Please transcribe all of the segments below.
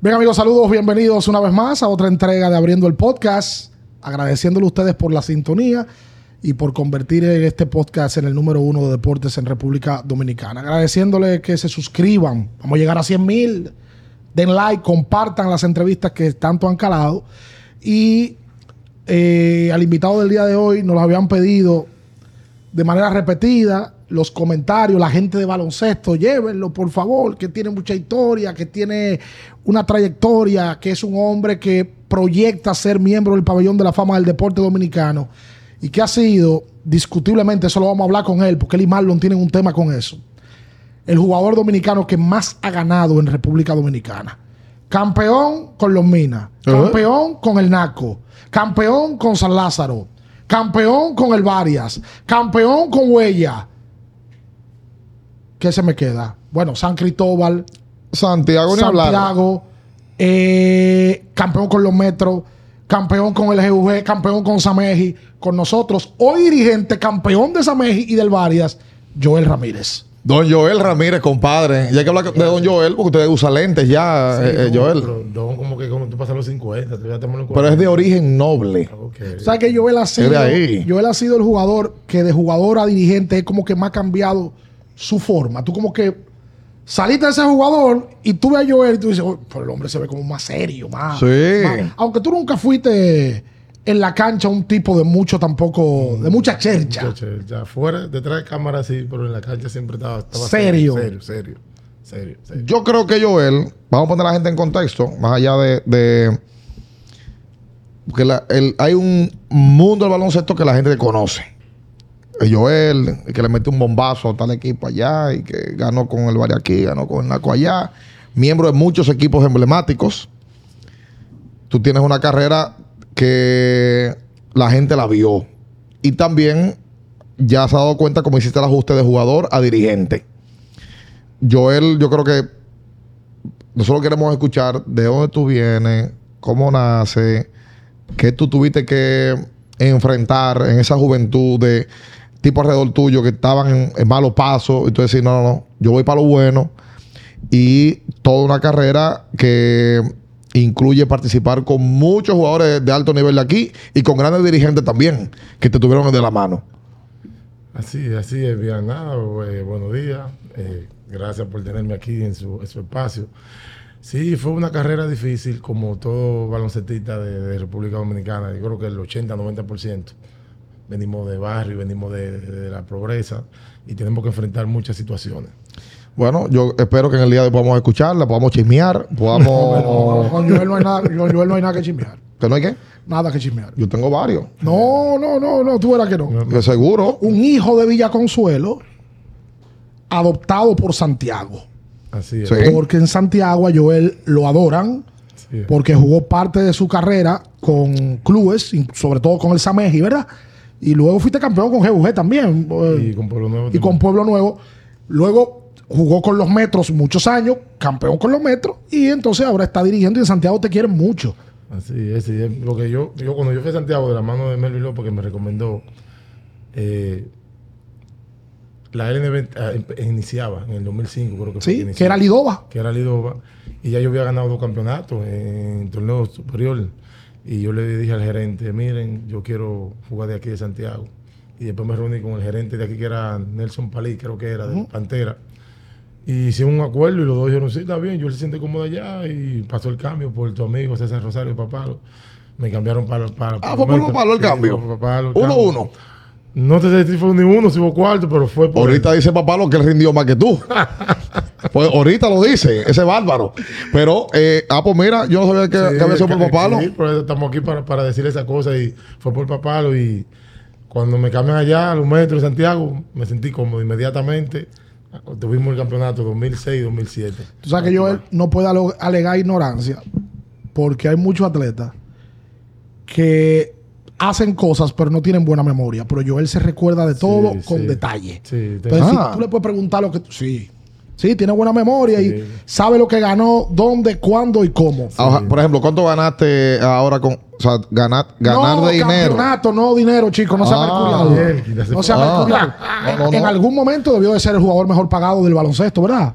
Bien, amigos, saludos, bienvenidos una vez más a otra entrega de Abriendo el Podcast. Agradeciéndole a ustedes por la sintonía y por convertir este podcast en el número 1 de deportes en República Dominicana. Agradeciéndole que se suscriban. Vamos a llegar a 100,000. Den like, compartan las entrevistas que tanto han calado. Y al invitado del día de hoy nos lo habían pedido de manera repetida. Los comentarios, la gente de baloncesto, llévenlo por favor, que tiene mucha historia, que tiene una trayectoria, que es un hombre que proyecta ser miembro del pabellón de la fama del deporte dominicano y que ha sido, discutiblemente, eso lo vamos a hablar con él, porque él y Marlon tienen un tema con eso, el jugador dominicano que más ha ganado en República Dominicana. Campeón con los Minas, campeón con el Naco, campeón con San Lázaro, campeón con el Varias, campeón con Huella. ¿Qué se me queda? Bueno, San Cristóbal, Santiago, campeón con los Metros, campeón con el GUG, campeón con Sameji, con nosotros, hoy dirigente, campeón de Sameji y del Varias, Joel Ramírez. Don Joel Ramírez, compadre. Y hay que hablar de Don Joel porque usted usa lentes ya, sí, Joel. Pero Don, como que cuando tú pasas los 50, tú ya te pones. Pero es de origen noble. Okay. O sea que Joel ha sido el jugador que de jugador a dirigente es como que más ha cambiado su forma. Tú como que saliste de ese jugador y tú ves a Joel y tú dices, oh, pero el hombre se ve como más serio, más. Aunque tú nunca fuiste en la cancha un tipo de mucho tampoco, de mucha chercha. Fuera, detrás de cámara sí, pero en la cancha siempre estaba serio. Serio. Yo creo que Joel, vamos a poner a la gente en contexto, más allá de porque hay un mundo del baloncesto que la gente conoce. Joel, que le metió un bombazo a tal equipo allá y que ganó con el Varia aquí, ganó con el Naco allá, miembro de muchos equipos emblemáticos. Tú tienes una carrera que la gente la vio y también ya se ha dado cuenta cómo hiciste el ajuste de jugador a dirigente. Joel, yo creo que nosotros queremos escuchar de dónde tú vienes, cómo nace, qué tú tuviste que enfrentar en esa juventud de tipo alrededor tuyo que estaban en malos pasos y tú decís, no, yo voy para lo bueno, y toda una carrera que incluye participar con muchos jugadores de alto nivel de aquí y con grandes dirigentes también que te tuvieron de la mano. Así es, bien, nada, buenos días, gracias por tenerme aquí en su espacio. Sí, fue una carrera difícil, como todo baloncestista de República Dominicana. Yo creo que el 80-90% venimos de barrio, venimos de la pobreza y tenemos que enfrentar muchas situaciones. Bueno, yo espero que en el día de hoy podamos escucharla, podamos chismear, podamos... Con Joel no hay nada que chismear. ¿Que no hay qué? Nada que chismear. Yo tengo varios. No, tú verás que no. De seguro. Un hijo de Villa Consuelo, adoptado por Santiago. Así es. Sí. Porque en Santiago a Joel lo adoran, sí, porque jugó parte de su carrera con clubes, sobre todo con el Sameji, ¿verdad? Y luego fuiste campeón con GUG también. Y con Pueblo Nuevo. Y con Pueblo Nuevo. Luego jugó con los Metros muchos años, campeón con los Metros, y entonces ahora está dirigiendo y en Santiago te quieren mucho. Así es. Lo que yo cuando yo fui a Santiago de la mano de Melvin López, que me recomendó, la LNB iniciaba en el 2005, creo que fue. Sí, que era Lidova. Y ya yo había ganado 2 campeonatos en torneo superior. Y yo le dije al gerente, miren, yo quiero jugar de aquí de Santiago. Y después me reuní con el gerente de aquí, que era Nelson Palí, creo que era, de Pantera. Y hicimos un acuerdo y los dos dijeron, sí, está bien, yo se siente cómodo allá. Y pasó el cambio por tu amigo César Rosario Papalo. Me cambiaron para fue por Papalo el cambio. 1-1. No te sé si fue ni uno, si fue cuarto, pero fue por ahorita él. Dice papá lo que él rindió más que tú. Pues ahorita lo dice, ese bárbaro. Pero, pues mira, yo no sabía que había sido por Papalo. Sí, pero estamos aquí para decir esa cosa y fue por Papalo. Y cuando me cambian allá a los Metros de Santiago, me sentí cómodo inmediatamente. Tuvimos el campeonato 2006 y 2007. Tú sabes que yo no puedo alegar ignorancia porque hay muchos atletas que hacen cosas pero no tienen buena memoria, pero Joel se recuerda de todo con detalle. Sí, entonces tú le puedes preguntar lo que sí, tiene buena memoria y sabe lo que ganó, dónde, cuándo y cómo. Por ejemplo, ¿cuánto ganaste ahora con, o sea, ganar de dinero? Campeonato, no dinero, chicos, no sea mercurial. No sea mercurial. En algún momento debió de ser el jugador mejor pagado del baloncesto, ¿verdad?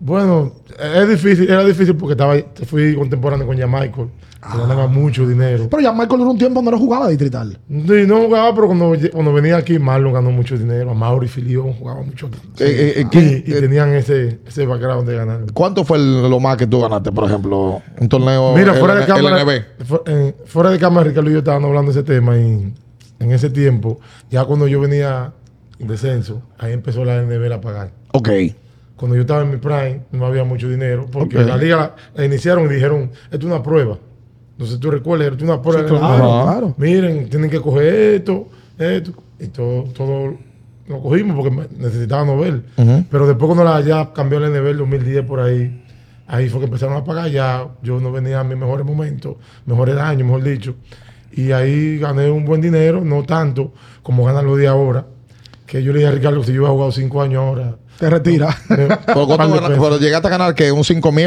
Bueno, es difícil, era difícil porque fui contemporáneo con Michael, que ganaba mucho dinero. Pero ya Michael duró un tiempo donde no jugaba distrital. Sí, no jugaba, pero cuando venía aquí, Marlon ganó mucho dinero. A Mauri Filión jugaba mucho aquí. Y tenían ese background de ganar. ¿Cuánto fue lo más que tú ganaste, por ejemplo, un torneo? Mira, fuera de cámara, LNB? fuera de cámara, Ricardo y yo estábamos hablando de ese tema y en ese tiempo, ya cuando yo venía en descenso, ahí empezó la LNB a pagar. Ok. Cuando yo estaba en mi prime, no había mucho dinero, porque Ok. la liga la iniciaron y dijeron, esto es una prueba. Entonces tú recuerdas, esto es una prueba. Sí, claro. Miren, tienen que coger esto. Y todo lo cogimos porque necesitábamos ver. Ujú. Pero después cuando ya cambió el NB el 2010 por ahí fue que empezaron a pagar. Ya yo no venía a mis mejores momentos, mejores años, mejor dicho. Y ahí gané un buen dinero, no tanto como ganan los de ahora. Que yo le dije a Ricardo, si yo hubiera jugado 5 años ahora... Te retira. Pero llegaste a ganar que un 5,000,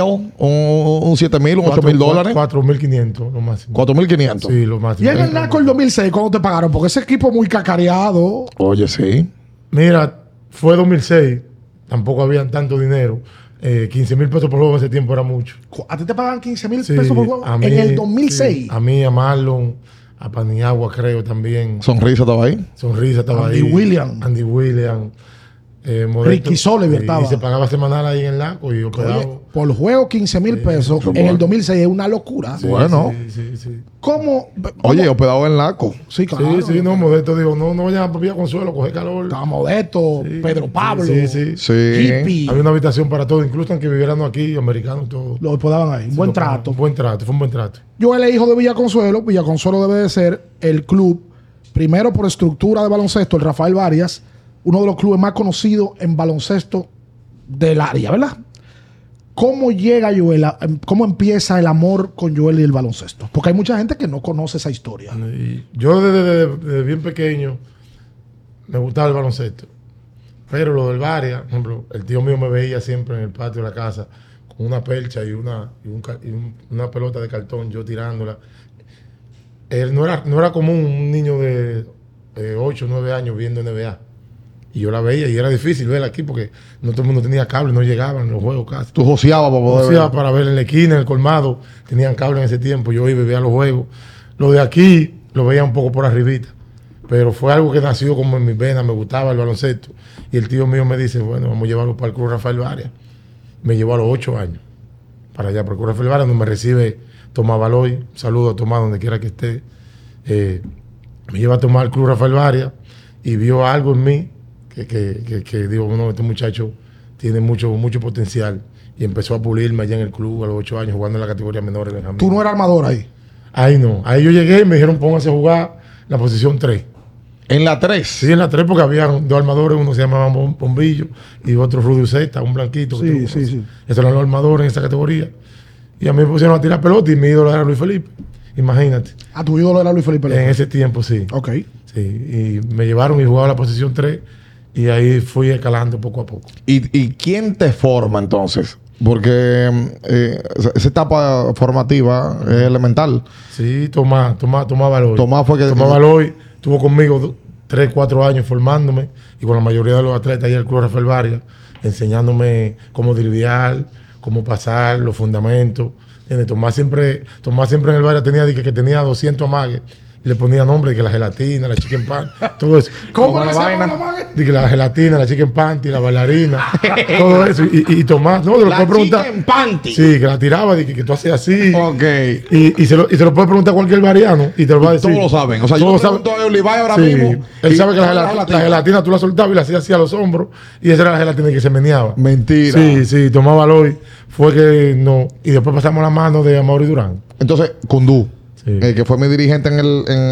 un 7,000, un 8,000 dólares. 4.500 lo máximo. 4,500. Sí, lo máximo. Y en el NACO el 2006, ¿cuándo te pagaron? Porque ese equipo muy cacareado. Oye, sí. Mira, fue 2006, tampoco había tanto dinero. 15,000 pesos por juego en ese tiempo era mucho. ¿A ti te pagan 15,000 Sí, pesos por juego? a mí, En el 2006. sí, a mí, a Marlon, a Paniagua creo también. Sonrisa estaba ahí. Sonrisa estaba Andy ahí. William. Andy William. Modesto. Ricky Solever estaba. Y se pagaba semanal ahí en el Laco y Oye, operado. por juego 15,000 pesos sí, en el 2006 es una locura. Sí. Bueno. Sí. ¿Cómo? Oye, hospedado en Laco. Sí, claro. Sí, no, Modesto digo, no vayan a Villa Consuelo, coger calor. Estaba Modesto, Sí, Pedro Pablo, Sí. Sí. Hippie. Había una habitación para todos, incluso aunque vivieran aquí, americanos, todos. Lo hospedaban ahí. Buen trato. Fue un buen trato. Yo era hijo de Villaconsuelo. Villaconsuelo debe de ser el club, primero por estructura de baloncesto, el Rafael Varias, uno de los clubes más conocidos en baloncesto del área, ¿verdad? ¿Cómo llega Joel? ¿Cómo empieza el amor con Joel y el baloncesto? Porque hay mucha gente que no conoce esa historia. Y yo desde bien pequeño me gustaba el baloncesto. Pero lo del Varia, por ejemplo, el tío mío me veía siempre en el patio de la casa con una percha y una pelota de cartón, yo tirándola. Él no era común un niño de 8 o 9 años viendo NBA. Y yo la veía y era difícil verla aquí porque no todo el mundo tenía cable, no llegaban los juegos casi. Tú joseabas para poder O sea, ver. para ver en la esquina, en el colmado, tenían cable en ese tiempo. Yo iba y veía los juegos. Lo de aquí lo veía un poco por arribita. Pero fue algo que nació como en mis venas, me gustaba el baloncesto. Y el tío mío me dice, bueno, vamos a llevarlo para el Club Rafael Varias. Me llevó a los 8 años para allá, para el Club Rafael Varias, donde me recibe Tomás Baloy. Saludo a Tomás donde quiera que esté. Me lleva a tomar el Club Rafael Varias y vio algo en mí que digo, bueno, este muchacho tiene mucho potencial. Y empezó a pulirme allá en el club a los 8 años jugando en la categoría menor. Tú no eras armador ahí. Ahí no. Ahí yo llegué y me dijeron, póngase a jugar la posición 3. En la 3. Sí, en la 3 porque había 2 armadores, uno se llamaba Bombillo y otro Rudy Zeta, un blanquito. Sí. Esos eran los armadores en esa categoría. Y a mí me pusieron a tirar pelota y mi ídolo era Luis Felipe. Imagínate. A tu ídolo era Luis Felipe López. En ese tiempo, sí. Ok. Sí. Y me llevaron y jugaba la posición 3 y ahí fui escalando poco a poco. ¿Y quién te forma entonces? Porque esa etapa formativa es elemental. Sí, Tomás Baloy. Tomás fue que... Tomás Baloy estuvo conmigo 3, 4 años formándome y con la mayoría de los atletas ahí del Club Rafael Varias, enseñándome cómo driviar, cómo pasar, los fundamentos. ¿Entiendes? Tomás siempre en el Varias tenía que tenía 200 amagues. Le ponía nombre de que la gelatina, la chicken pan, todo eso. ¿Cómo la le vaina? llama la vaina? De que la gelatina, la chicken panty, la bailarina, todo eso. Y Tomás, no, te lo puedes preguntar. chicken panty. Sí, que la tiraba, de que tú hacías así. Ok. Y se lo puede preguntar cualquier variano y te lo va a decir. Todos lo saben. O sea, Todos yo pregunto a Olivay ahora Sí. mismo. Él y- sabe que la gelatina tú la soltabas y la hacías así a los hombros y esa era la gelatina que se meneaba. Mentira. Sí, tomaba Baloy. Fue que no. Y después pasamos la mano de Amaury Durán. Entonces, Kundú, Sí. que fue mi dirigente en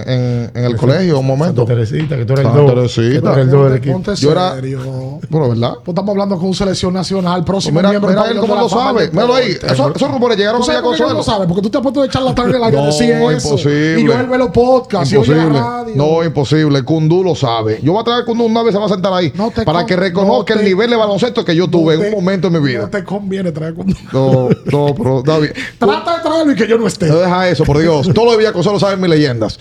el colegio un momento. Santa Teresita, que tú eres el Santa 2. Teresita. Que tú eres el 2 del equipo. Ponte Yo era- serio. Bueno, ¿verdad? Pues estamos hablando con selección nacional, próximo Mira, miembro mira del él pabellón cómo de lo la fama sabe. del Míralo ahí. deporte. Esos rumores llegaron ¿Tú a sabes Villa por qué no lo Consuelo. sabes? Porque tú te has puesto de charlatán en el aire No, decir eso. imposible. Y yo él ve los podcasts y oye la Imposible. radio. No, imposible. Kundú lo sabe. Yo voy a traer a Kundú una vez, se va a sentar ahí. No te para con- que reconozca no te- el nivel de baloncesto que yo tuve en un momento en mi vida. No te conviene traer con... No, pero David. Trata de traerlo y que yo no esté. No deja eso, por Dios. Todo lo de Villa Consuelo saben mis leyendas.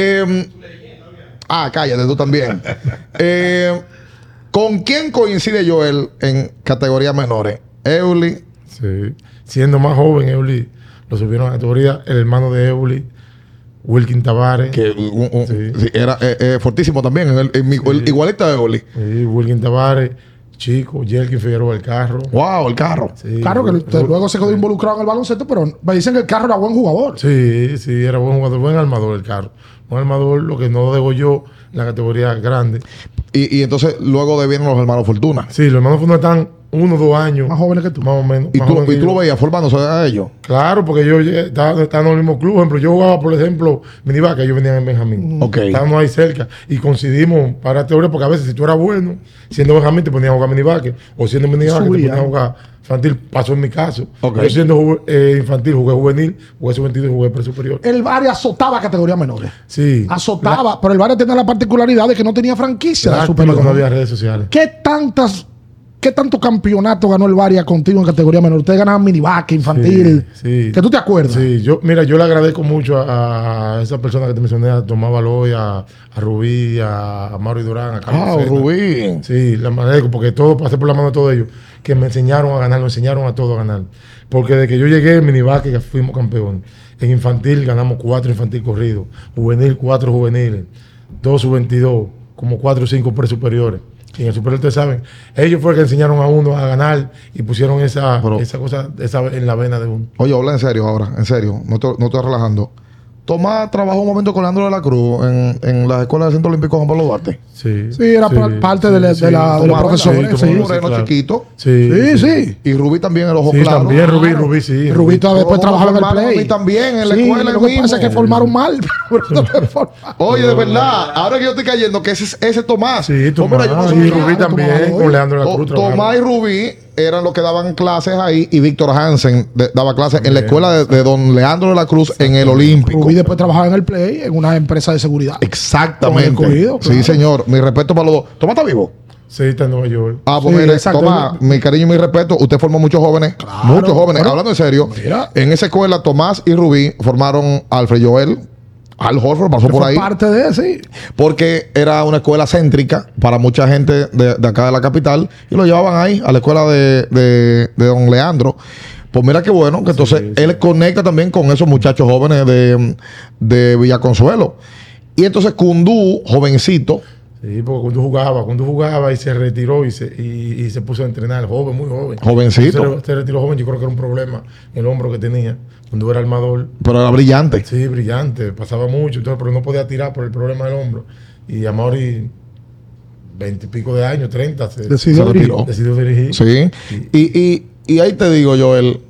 Cállate, tú también. ¿Con quién coincide Joel en categorías menores? Euli. Sí. Siendo más joven, Euli lo subieron a categoría. El hermano de Euli, Wilkin Tavares. Que sí, era fortísimo también. Igualita de Euli. Sí, Wilkin Tavares. Chico, Jelkin Figueroa, el carro. Wow, el carro. Sí, Claro que luego se quedó involucrado en el baloncesto, pero me dicen que el carro era buen jugador. Sí, era buen jugador, buen armador el carro. Buen armador, lo que no debo yo en la categoría grande. Y entonces luego de vienen los hermanos Fortuna. Sí, los hermanos Fortuna están 1 o 2 años. Más jóvenes que tú. Más o menos. Y más tú jóvenes que lo yo. veías formándose a ellos. Claro, porque yo estaba en el mismo club. Por ejemplo, yo jugaba, por ejemplo, minivaca, ellos venían en Benjamín. Ok. Estábamos ahí cerca y coincidimos para teoría, porque a veces si tú eras bueno, siendo Benjamín te ponías a jugar minivaque, o siendo minivaque te Subía. ponías a jugar infantil. Pasó en mi caso. Ok. Yo siendo infantil jugué juvenil, jugué sub-22 y jugué presuperior. El Varia azotaba categorías menores. Sí. Azotaba, pero el Varia tenía la particularidad de que no tenía franquicia de Lástima superior. que no había redes sociales. ¿Qué tanto campeonato ganó el Varia contigo en categoría menor? Ustedes ganaban minivac, infantil. Sí. ¿Que tú te acuerdas? Sí, yo le agradezco mucho a esa persona que te mencioné, a Tomás Baloy, a Rubí, a Mauro y Durán, a Carlos Sena. Rubí. Sí, le agradezco porque todo pasé por la mano de todos ellos, que me enseñaron a ganar, nos enseñaron a todos a ganar. Porque desde que yo llegué en minivac, que fuimos campeones. En infantil ganamos 4 infantil corridos, juvenil 4 juveniles, 2 sub-22, como 4 o 5 presuperiores. Y en el superior, ustedes saben, ellos fueron los que enseñaron a uno a ganar y pusieron esa cosa en la vena de uno. Oye, habla en serio ahora, en serio, no estoy relajando. Tomás trabajó un momento con Leandro de la Cruz en la Escuela del Centro Olímpico Juan Pablo Duarte. Sí, Sí, era parte de los Tomás, profesores. Tomás Sí, Moreno claro. chiquito. sí. Y Rubí también, el ojo Sí, claro. también Rubí, sí. Rubito después Todos trabajaba en el formaron play. y también en la Sí, escuela lo que mismo. pasa es que formaron mal. Pero no formaron. Oye, de verdad, ahora que yo estoy cayendo, que ese Tomás. Sí, No, Tomás. mira, yo no Y sabía. Rubí también, Tomás. con Leandro de la Cruz. Tomás y Rubí eran los que daban clases ahí y Víctor Hansen daba clases en la escuela de don Leandro de la Cruz en el Olímpico. Rubí después trabajaba en el play, en una empresa de seguridad. Exactamente. Con el cogido, Sí, claro. señor. Mi respeto para los dos. ¿Tomás está vivo? Sí, está en Nueva York. Ah, pues Sí, mire, exacto. Tomás, mi cariño y mi respeto. Usted formó muchos jóvenes. Muchos jóvenes. Bueno, Hablando en serio, mira. en esa escuela, Tomás y Rubí formaron a Alfred Joel. Al Horford pasó por Fue ahí. parte de sí. Porque era una escuela céntrica para mucha gente de acá de la capital. Y lo llevaban ahí, a la escuela de don Leandro. Pues mira qué bueno, que entonces él conecta también con esos muchachos jóvenes de Villaconsuelo. Y entonces Cundú, jovencito, Sí, porque cuando jugaba y se retiró y se puso a entrenar, joven, muy joven. Jovencito. Se retiró joven, yo creo que era un problema en el hombro que tenía. Cuando era armador, pero era brillante. sí, brillante, pasaba mucho, entonces, pero no podía tirar por el problema del hombro. Y a Mauri, 20 y pico de años, 30, Decidió Se dirigir. retiró. decidió dirigir. Sí. Y ahí te digo, Joel,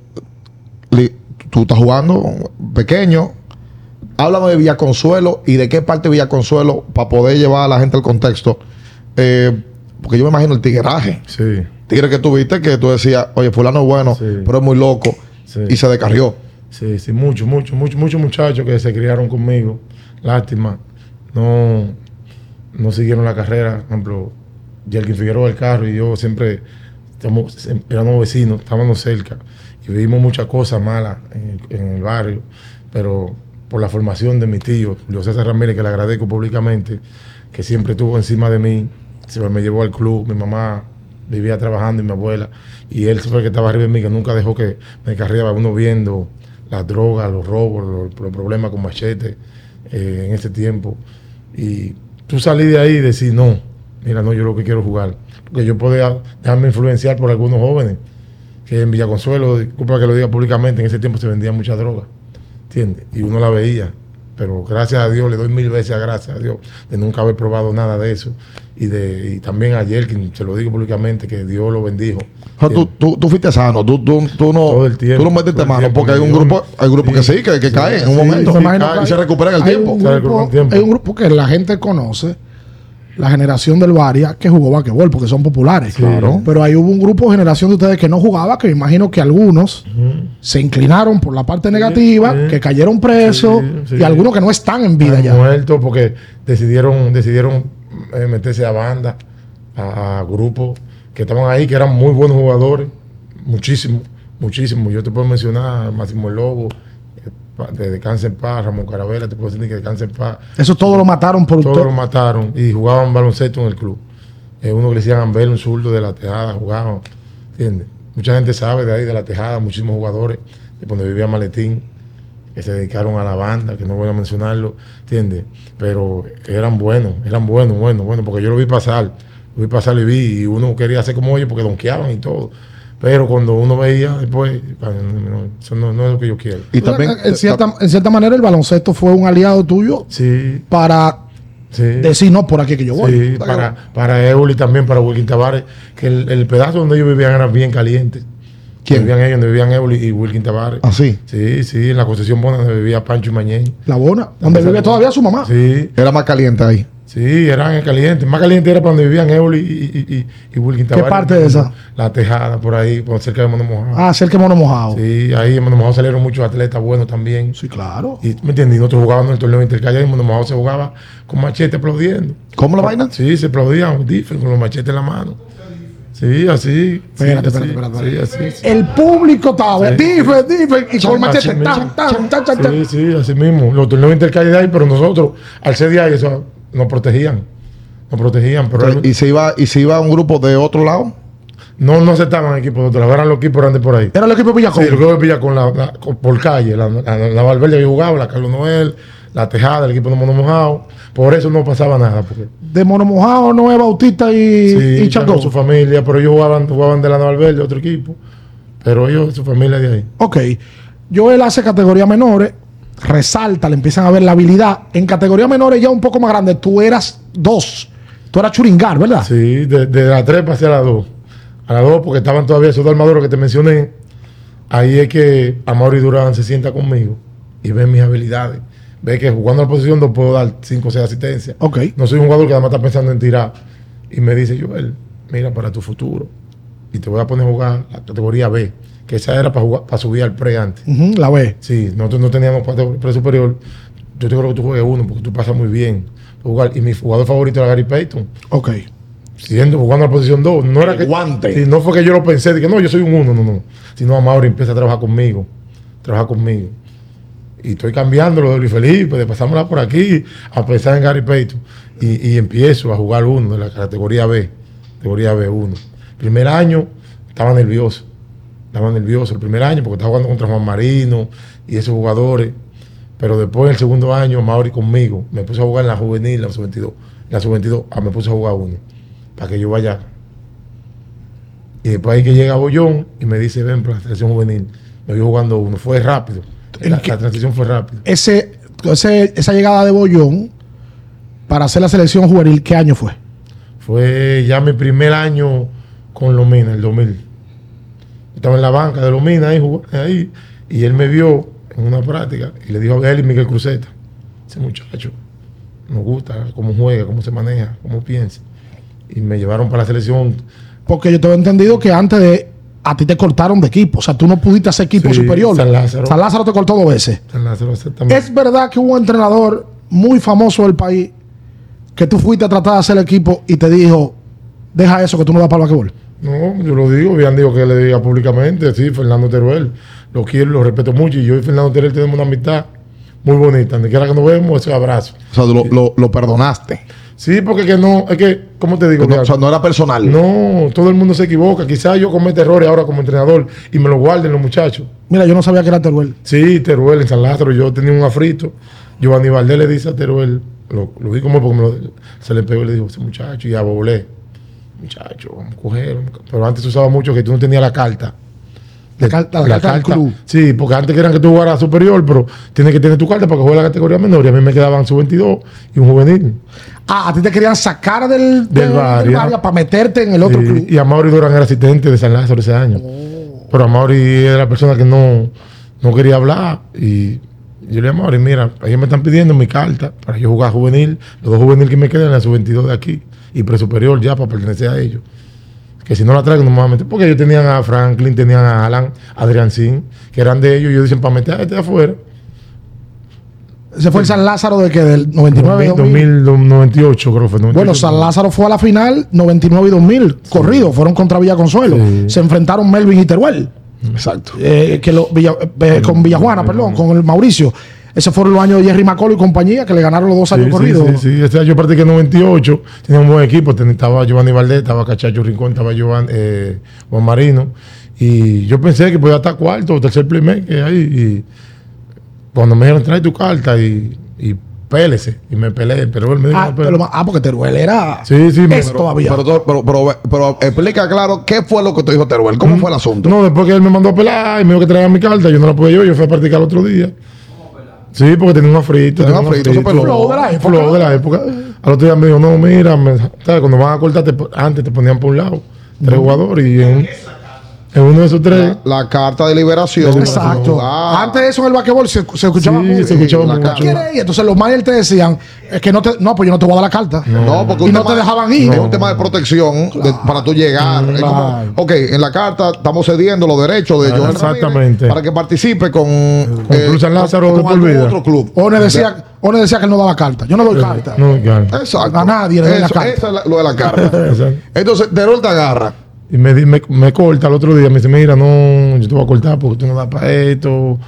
tú estás jugando pequeño. Háblame de Villaconsuelo y de qué parte de Villaconsuelo para poder llevar a la gente al contexto. Porque yo me imagino el tigueraje. Sí. Tigre que tuviste que tú decías, oye, fulano es bueno, Sí. pero es muy loco. Sí. Y se descarrió. Sí, muchos muchachos que se criaron conmigo. Lástima. No siguieron la carrera. Por ejemplo, Jelkin Figueroa del carro y yo siempre éramos vecinos, estábamos cerca. Y vivimos muchas cosas malas en el barrio. Pero por la formación de mi tío, Julio César Ramírez, que le agradezco públicamente, que siempre estuvo encima de mí, siempre me llevó al club. Mi mamá vivía trabajando y mi abuela. Y él siempre que estaba arriba de mí, que nunca dejó que me carriaba, uno viendo las drogas, los robos, los problemas con machete en ese tiempo. Y tú salí de ahí y decís, no, mira, no, yo lo que quiero jugar. Porque yo podía dejarme influenciar por algunos jóvenes, que en Villaconsuelo, disculpa que lo diga públicamente, en ese tiempo se vendía mucha droga, ¿entiendes? Y uno la veía. Pero gracias a Dios, le doy 1000 veces a gracias a Dios de nunca haber probado nada de eso. Y también a Jelkin, se lo digo públicamente, que Dios lo bendijo. O sea, tú fuiste sano, tú no, Todo el tiempo, tú no metiste todo el mano, tiempo, porque hay Dios. grupos que sí, que caen en un momento me imagino que y se recuperan el hay tiempo. un Se recuperan grupo, el tiempo. hay un grupo que la gente conoce, la generación del Varia, que jugó basquetbol, porque son populares. Claro. Pero ahí hubo un grupo, generación de ustedes que no jugaba, que me imagino que algunos se inclinaron por la parte negativa, sí. que cayeron presos, Sí. y algunos que no están en vida Han ya. muerto porque decidieron meterse a banda, a grupos que estaban ahí, que eran muy buenos jugadores, muchísimo. Yo te puedo mencionar a Máximo el Lobo, de Cáncer en Paz, Ramón Caravela, te puedo decir que de Cáncer en Paz. Eso todo lo mataron por Todos usted. lo mataron y jugaban baloncesto en el club. Uno que le decían Ambel, un zurdo de la Tejada, jugaban, ¿entiendes? mucha gente sabe de ahí, de La Tejada, muchísimos jugadores de donde vivía Maletín, que se dedicaron a la banda, que no voy a mencionarlo, ¿entiendes? Pero eran buenos, porque yo lo vi pasar y vi, y uno quería hacer como ellos porque donkeaban y todo. Pero cuando uno veía después, eso no es lo que yo quiero. Y también, en cierta manera, el baloncesto fue un aliado tuyo para decir, no, por aquí que yo voy. Sí, para Euli también, para Wilkin Tavares, que el pedazo donde ellos vivían era bien caliente. ¿Quién? Donde vivían Euli y Wilkin Tavares. ¿Ah, sí? Sí, en la Concesión Bona donde vivía Pancho y Mañén. La Bona, donde vive todavía su mamá. Sí. Era más caliente ahí. Sí, eran calientes. Más caliente era para donde vivían Euli y Wilkin Tavares. ¿Qué parte de esa? La Tejada, por ahí, cerca de Mono Mojado. Ah, cerca de Mono Mojado. Sí, ahí en Mono Mojado salieron muchos atletas buenos también. Sí, claro. Y, ¿me entiendes? Y nosotros jugábamos en el torneo intercalle y en Mono Mojado se jugaba con machete aplaudiendo. ¿Cómo la vaina? Sí, se aplaudían con los machetes en la mano. Sí, así. Espérate. Sí, así. El público estaba, dife, y con el machete, Sí, así mismo. Los torneos intercalle de ahí, pero nosotros, al ser de ahí, eso nos protegían. Pero ¿Y se iba un grupo de otro lado? no aceptaban equipos de otro lado, eran los equipos grandes por ahí. Era el equipo de Villacón. Sí, el equipo de Villacón, por calle, la Valverde que jugaba, la Carlos Noel, la Tejada, el equipo de Mono Mojado. Por eso no pasaba nada. Porque de Mono Mojado, Noé Bautista y Chacón. Su familia, pero ellos jugaban de la Valverde, otro equipo. Pero ellos, su familia de ahí. Ok. Joel hace categoría menores, resalta, le empiezan a ver la habilidad. En categoría menores ya un poco más grande, tú eras 2. Tú eras churingar, ¿verdad? Sí, de la 3 pasé a la 2. A la 2 porque estaban todavía esos dos armadores que te mencioné. Ahí es que Amaury Durán se sienta conmigo y ve mis habilidades. Ve que jugando a la posición 2 puedo dar 5 o 6 asistencias. Ok. No soy un jugador que además está pensando en tirar. Y me dice, Joel, mira para tu futuro. Y te voy a poner a jugar la categoría B. Que esa era para subir al pre antes. La B. Sí, nosotros no teníamos pre superior. Yo te creo que tú juegues uno porque tú pasas muy bien. Jugar. Y mi jugador favorito era Gary Payton. Ok. Jugando a la posición 2. No era que, guante. Sí, no fue que yo lo pensé, de que no, yo soy un 1, no. Sino Amaury empieza a trabajar conmigo. Y estoy cambiando lo de Luis Felipe, de pasármela por aquí, a pensar en Gary Payton. Y empiezo a jugar uno de la categoría B. Categoría B1. Primer año estaba nervioso. El primer año porque estaba jugando contra Juan Marino y esos jugadores. Pero después, el segundo año, Amaury conmigo, me puse a jugar en la juvenil, la sub-22. La sub-22, me puse a jugar uno, para que yo vaya. Y después ahí que llega Bollón y me dice, ven para la selección juvenil. Me vi jugando uno. Fue rápido. La transición fue rápida. Esa llegada de Bollón para hacer la selección juvenil, ¿qué año fue? Fue ya mi primer año con Lomina, el 2000. Estaba en la banca de Lomina ahí, y él me vio en una práctica y le dijo a él y Miguel Cruzeta, ese muchacho nos gusta cómo juega, cómo se maneja, cómo piensa. Y me llevaron para la selección. Porque yo tengo entendido que antes de a ti te cortaron de equipo, o sea, tú no pudiste hacer equipo superior. San Lázaro te cortó 2 veces. San Lázaro, exactamente. Es verdad que hubo un entrenador muy famoso del país que tú fuiste a tratar de hacer el equipo y te dijo, deja eso que tú no das para el basquetbol. No, yo lo digo, bien digo que le diga públicamente, sí, Fernando Teruel, lo quiero, lo respeto mucho, y yo y Fernando Teruel tenemos una amistad muy bonita, donde quiera que nos vemos, ese abrazo. O sea, lo perdonaste. Sí, porque que no, es que, ¿cómo te digo? No, o sea, no era personal. No, todo el mundo se equivoca, quizás yo cometa errores ahora como entrenador y me lo guarden los muchachos. Mira, yo no sabía que era Teruel. Sí, Teruel en San Lázaro, yo tenía un afrito, Giovanni Valdés le dice a Teruel, lo vi como porque se le pegó y le dijo, ese muchacho, y a Boblé. Muchacho, vamos a coger. Pero antes se usaba mucho que tú no tenías la carta. La carta del club. Sí, porque antes querían que tú jugaras superior, pero tienes que tener tu carta para que juegue la categoría menor. Y a mí me quedaban sub-22 y un juvenil. A ti te querían sacar del Varia para meterte en el otro club. Y Amaury Durán era asistente de San Lázaro ese año. Pero Amaury era la persona que no quería hablar. Y yo le dije a Amaury, mira, ellos me están pidiendo mi carta para yo jugar juvenil. Los 2 juveniles que me quedan en la sub-22 de aquí. Y presuperior ya para pertenecer a ellos. Que si no la traigo no me van a meter. Porque ellos tenían a Franklin, tenían a Alan, Adrián Sin, que eran de ellos. Y ellos dicen, para meter a este de afuera. ¿Ese fue el San Lázaro de que del 99 2098 creo que fue. 98, bueno, San Lázaro fue a la final 99 y 2000. Sí. Corrido, fueron contra Villa Consuelo. Sí. Se enfrentaron Melvin y Teruel. Exacto. Con Villajuana, perdón, con el Mauricio. Esos fueron los años de Jerry McCall y compañía, que le ganaron los 2 años corridos. Sí. Este año practiqué en 98. Tenía un buen equipo. Estaba Giovanni Valdés, estaba Cachacho Rincón, estaba Juan Marino. Y yo pensé que podía estar cuarto o tercer playmaker ahí. Y cuando me dijeron, trae tu carta y pélese. Y me peleé, pero él me dijo, porque Teruel era... Sí, todavía. Pero explica claro qué fue lo que te dijo Teruel. ¿Cómo fue el asunto? No, después que él me mandó a pelar y me dijo que traiga mi carta, yo no la pude yo fui a practicar el otro día. Sí, porque tenía un frito. Flow de la época. Al otro día me dijo, no, mira, ¿sabes? Cuando van a cortarte, antes te ponían por un lado 3 jugadores y en uno de esos 3. La carta de liberación. Exacto. Antes de eso en el basquetbol se escuchaba mucho. Se escuchaba mucho. Y entonces los managers te decían, es que pues yo no te voy a dar la carta. No, porque y no te dejaban ir. Es un tema de protección para tú llegar. Es como, ok, en la carta estamos cediendo los derechos de Joel Ramírez para que participe con Cruz San Lázaro de por vida. Otro club. One decía que él no daba carta. Yo no doy carta. No doy carta. Exacto. A nadie le doy la carta. Eso es lo de la carta. Entonces, Teruel te agarra. Y me corta el otro día. Me dice, mira, no, yo te voy a cortar porque tú no das para esto.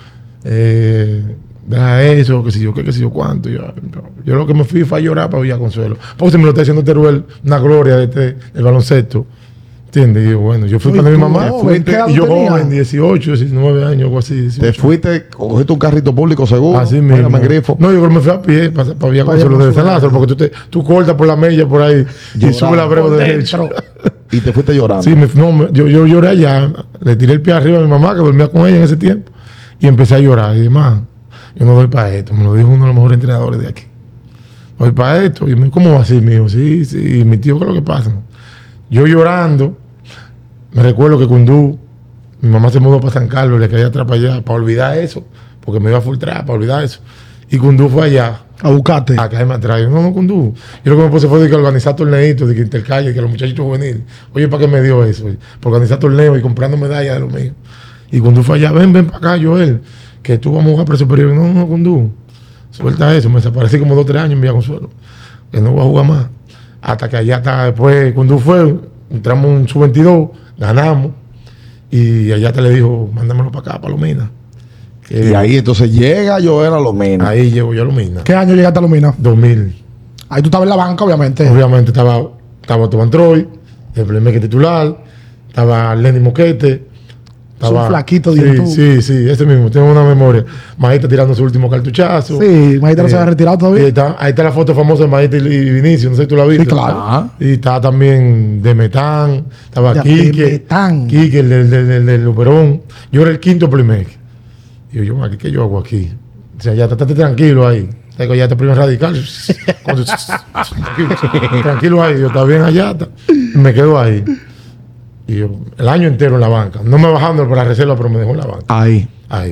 Deja eso, que si yo qué, que si yo cuánto. Yo lo que me fui fue a llorar para Villa Consuelo. Porque se me lo está diciendo Teruel, una gloria del baloncesto. ¿Entiendes? Y yo, bueno, yo fui para mi mamá. Y yo joven, 18, 19 años, algo así. 18. Te fuiste, cogiste un carrito público seguro. Así mismo. Grifo. No, yo creo que me fui a pie para Villa Consuelo de San Lázaro, porque tú cortas por la mella por ahí y subes la breva derecha. Y te fuiste llorando. Sí, yo lloré allá. Le tiré el pie arriba a mi mamá, que dormía con ella en ese tiempo. Y empecé a llorar. Y demás, yo no doy para esto. Me lo dijo uno de los mejores entrenadores de aquí. No doy para esto. Y me dijo, ¿cómo va así, mijo? Sí. Y mi tío, ¿qué es lo que pasa? Yo llorando, me recuerdo que Kundú, mi mamá se mudó para San Carlos, le caía atrás para allá, para olvidar eso. Porque me iba a filtrar, para olvidar eso. Y Kundú fue allá. A buscarte. A caerme atrás. No, Kundú. Yo lo que me puse fue de que organizar torneitos, de que intercalle, que los muchachitos juveniles. Oye, ¿para qué me dio eso? Por organizar torneos y comprando medallas de lo mío. Y Kundú fue allá, ven para acá, Joel, que tú vamos a jugar para superior. No, Kundú, suelta eso. Me desaparecí como 2 o 3 años en Villa Consuelo. Que no voy a jugar más. Hasta que allá está, después Kundú fue, entramos en sub-22, ganamos. Y allá te le dijo, mándamelo para acá, para Lomina. Y ahí entonces llega Joel a Lomina. Ahí llego yo a Lomina. ¿Qué año llegaste a Lomina? 2000. Ahí tú estabas en la banca, obviamente. Obviamente estaba Tomán Troy, el primer titular, estaba Lenny Moquete. Estaba un flaquito de Sí, ese mismo, tengo una memoria. Maíta tirando su último cartuchazo. Sí, Maíta no se había retirado todavía. Ahí está la foto famosa de Maíta y Vinicio, no sé si tú la viste. Sí, claro. Y estaba también Demetán, estaba Quique, el del Luperón. Yo era el 5º playmaker. Y yo, ¿qué yo hago aquí? O sea, ya estate tranquilo ahí. Ya te primer radical. Tranquilo ahí, yo estaba bien allá. Me quedo ahí. Y yo, el año entero en la banca. No me bajando por la reserva, pero me dejó en la banca. Ahí.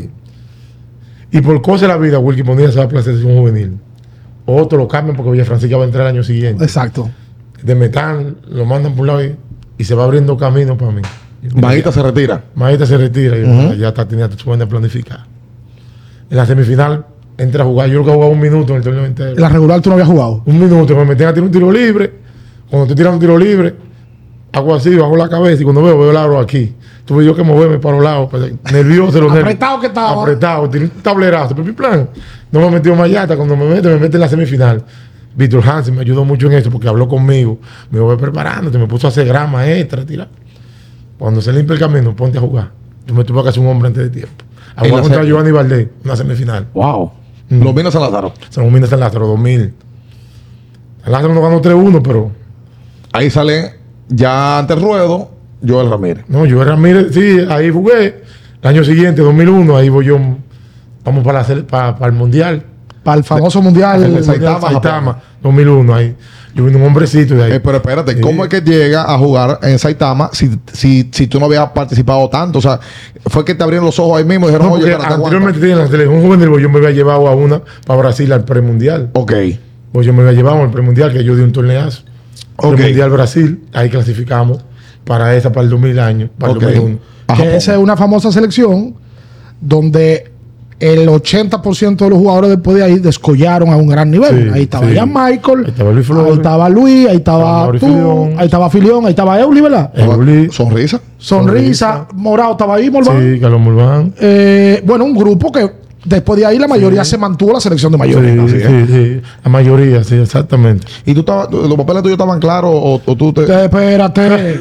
Y por cosas de la vida, Wilkie Bonilla se va a la selección juvenil. Otro lo cambian porque Villafrancisca va a entrar el año siguiente. Exacto. De Metán lo mandan por un lado y se va abriendo camino para mí. Maíta se retira. Y ya tenía su buena planificada. En la semifinal entra a jugar. Yo creo que jugaba 1 minuto en el torneo entero. En la regular tú no habías jugado. 1 minuto. Me metían a tirar un tiro libre. Cuando estoy tirando un tiro libre, hago así, bajo la cabeza y cuando veo el aro aquí. Tuve yo que moverme para los lados. Nervioso. Apretado que estaba. Apretado. Tiré un tablerazo. Pero mi plan, no me metió más allá. Cuando me mete en la semifinal. Víctor Hansen me ayudó mucho en eso porque habló conmigo. Me voy preparándote. Me puso a hacer grama extra, tirar. Cuando se limpia el camino, ponte a jugar. Yo me tuve que hacer un hombre antes de tiempo. A jugar contra Giovanni Valdés, una semifinal. Wow. Lomina San Lázaro. Lomina San Lázaro, 2000. San Lázaro no ganó 3-1, pero... Ahí sale ya ante el ruedo Joel Ramírez. No, Joel Ramírez, sí, ahí jugué. El año siguiente, 2001, ahí voy yo. Vamos para el Mundial. Para el famoso Mundial. El Saitama, 2001, ahí. Yo vine un hombrecito de ahí. Pero espérate, ¿cómo es que llega a jugar en Saitama si tú no habías participado tanto? O sea, fue que te abrieron los ojos ahí mismo y dijeron, oye, anteriormente en la selección juvenil, yo me había llevado a una para Brasil al premundial. Ok. Pues yo me había llevado al premundial, que yo di un torneazo. Premundial Brasil, ahí clasificamos para el 2000 años, para el 2001. Que esa es una famosa selección donde el 80% de los jugadores después de ahí descollaron a un gran nivel. Sí, ahí estaba Jan Michael, ahí estaba Luis Flores, ahí estaba Luis, ahí estaba tú, Filión, ahí estaba Filión, ahí estaba Euli, ¿verdad? Sonrisa, Morado estaba ahí, Morván. Sí, Carlos Morván. Bueno, un grupo que Después de ahí, la mayoría se mantuvo la selección de mayores. Sí. La mayoría, sí, exactamente. ¿Y tú estabas, los papeles tuyos estaban claros o tú te...? Espérate.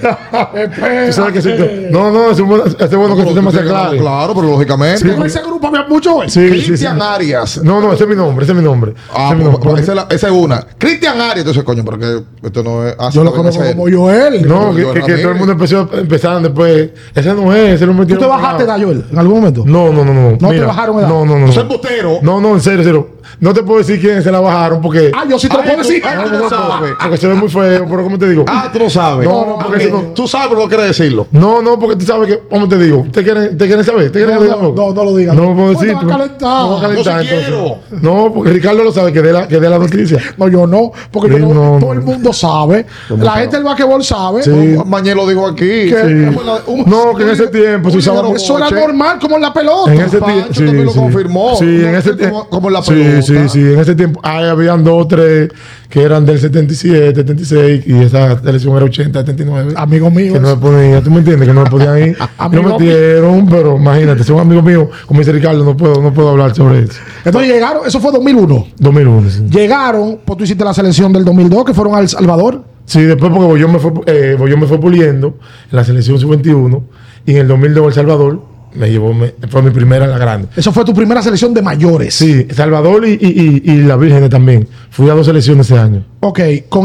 ¿Tú sabes que no, es bueno que ese tema sea claro. Claro, pero lógicamente. Sí, en ese grupo había mucho hoy. Sí, Cristian Arias. No, ese es mi nombre. Ah, esa es una. Cristian Arias. Entonces, coño, pero que esto no es... Yo lo conozco como Joel. No, que todo el mundo empezaron después. Ese no es, ese no me ¿Tú te bajaste de Joel en algún momento? No. ¿No te bajaron edad? No. ¿Tú eres embustero? No, en serio. No te puedo decir quién se la bajaron porque... Yo sí te lo puedo decir. Porque se ve muy feo, pero ¿cómo te digo? Tú lo sabes. No, porque tú sabes, pero no quieres decirlo. No, porque tú sabes que... ¿Cómo te digo? ¿Te quieren saber? ¿Te quieren No lo digas. No puedo Pues decir. te va a calentar. No voy a calentar, Yo sí quiero. entonces. No, porque Ricardo lo sabe, que dé la noticia. No, yo no. Porque Sí, todo el mundo sabe. La gente del basquetbol sabe. Sí. Mañelo dijo aquí. Que- No, que en ese tiempo se usaba... Eso era normal como en la pelota. En ese Pancho tiempo... también lo confirmó. Sí, en No ese sé tiempo... como en la pelota. Sí, en ese tiempo. Habían 2 o 3 que eran del 77, 76 y esa selección era 80, 79. Amigos míos. Que no me ponían, ¿tú me entiendes? Que no me podían ir. No Amigo metieron, pero imagínate, son amigos míos. Como dice Ricardo, no puedo hablar sobre eso. Entonces llegaron, eso fue 2001. 2001, sí. Llegaron, pues tú hiciste la selección del 2002, que fueron a El Salvador. Sí, después porque Bollón me fue puliendo en la selección sub-21 y en el 2002 El Salvador fue mi primera en la grande. Eso fue tu primera selección de mayores. Sí, Salvador y la Virgen también. Fui a 2 selecciones ese año. Ok,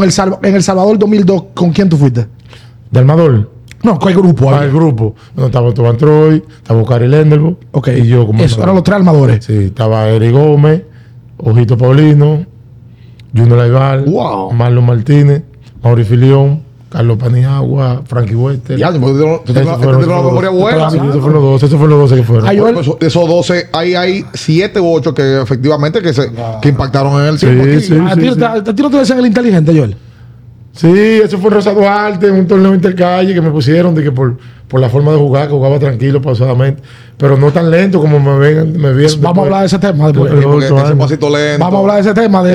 en El Salvador 2002, ¿con quién tú fuiste? ¿De Armador? No, ¿cuál grupo? El grupo. Bueno, estaba Toban Troy, estaba Cari Lendelbo. Ok, Y yo como eso, armador. eran los 3 armadores. Sí, estaba Eri Gómez, Ojito Paulino, Junior Laival, Wow. Marlon Martínez, Mauri Filión, Carlos Paniagua, Frankie Wester. Ya, tú tienes Esos una fueron memoria los- buena. Sí, esos fueron los 12 que fueron. Ay, yo- Pues, de esos 12, hay 7 u 8 que efectivamente que impactaron en el tiempo. aquí. Sí. ¿A ti no te decían el inteligente, Joel? Sí, eso fue en Rosa Duarte, en un torneo intercalle que me pusieron de que por la forma de jugar, que jugaba tranquilo, pausadamente, pero no tan lento como me vieron. Vamos a hablar de ese tema después. Después. Porque Otro ese año. pasito lento. Vamos a hablar de ese tema,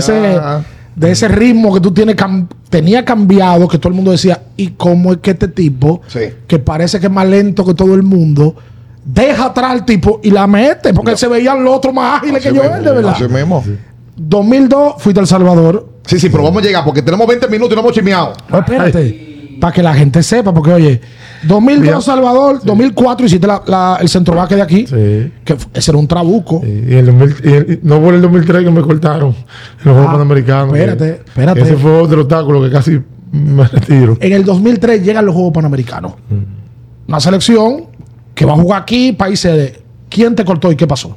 de ese ritmo que tú tienes tenía cambiado, que todo el mundo decía, ¿y cómo es que este tipo, Sí. que parece que es más lento que todo el mundo, deja atrás al tipo y la mete? Porque se veían los otros más ágiles que Joel, de verdad. Así mismo. 2002 fuiste a El Salvador. Sí, pero vamos a llegar porque tenemos 20 minutos y no hemos chismeado. No, espérate, para que la gente sepa, porque oye, 2002 Mira. Salvador, 2004 hiciste el centrovaque de aquí, Sí. ese era un trabuco. Y el 2000, no fue el 2003 que me cortaron en los Juegos Panamericanos. Espérate. Ese fue otro obstáculo que casi me retiro. En el 2003 llegan los Juegos Panamericanos. Una selección que va a jugar aquí, país sede. ¿Quién te cortó y qué pasó?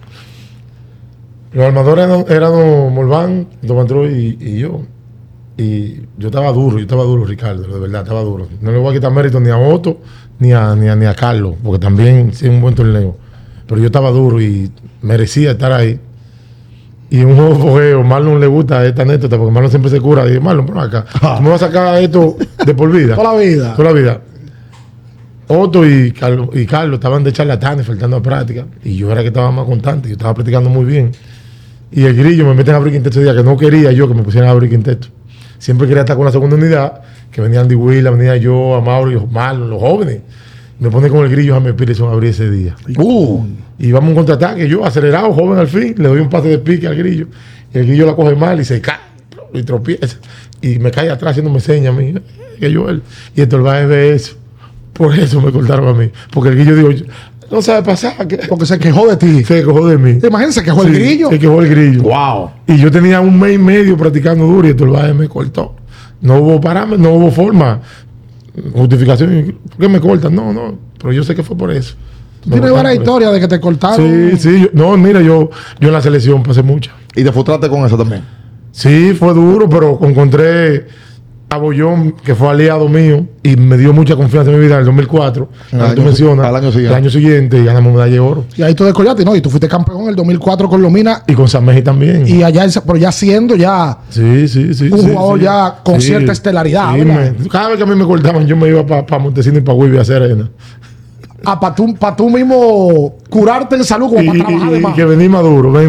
Los armadores eran Morván, Tomantro y yo. Y yo estaba duro, Ricardo, de verdad, estaba duro. No le voy a quitar mérito ni a Otto ni a Carlos, porque también sí es un buen torneo. Pero yo estaba duro y merecía estar ahí. Y en un juego de fogueo, Marlon le gusta esta anécdota, porque Marlon siempre se cura. Y dije, Marlon, ven acá, tú me vas a sacar esto de por vida. Toda la vida. Toda la vida. Otto y Carlos estaban de charlatanes, faltando a práctica. Y yo era que estaba más constante, yo estaba practicando muy bien. Y el grillo me meten a abrir quinteto ese día, que no quería yo que me pusieran a abrir quinteto. Siempre quería estar con la segunda unidad, que venía Andy Willa, venía yo, a Mauro y Marlon, los jóvenes. Me pone con el grillo Jaime Peterson a abrir ese día. Y vamos a un contraataque, yo acelerado, joven al fin, le doy un pase de pique al grillo. Y el grillo la coge mal y se cae, y tropieza. Y me cae atrás haciéndome señas a mí, que yo él. Y el Torbaez ve eso. Por eso me cortaron a mí. Porque el grillo dijo, no sabe pasar. Porque se quejó de ti. Se quejó de mí. Imagínense, se quejó el Sí, grillo. Se quejó el grillo. Wow. Y yo tenía un mes y medio practicando duro y el Torbaez me cortó. No hubo parámetros, no hubo forma. Justificación. ¿Por qué me cortan? No. Pero yo sé que fue por eso. Tienes varias historias de que te cortaron. Sí. Mira, yo en la selección pasé muchas. Y te frustraste con eso también. Sí, fue duro, pero encontré a Bollón, que fue aliado mío, y me dio mucha confianza en mi vida en el 2004. Al tú año- mencionas, al año siguiente. El año siguiente y ganamos medalla de oro. Y ahí tú descollaste, ¿no? Y tú fuiste campeón en el 2004 con Lomina. Y con San Meji también. Y allá, pero ya siendo ya Sí. un jugador ya con cierta estelaridad, Sí, ¿verdad? cada vez que a mí me cortaban, yo me iba para Montesino y para Huivi a hacer arena. para tú mismo curarte en salud como para trabajar de Y más. que venía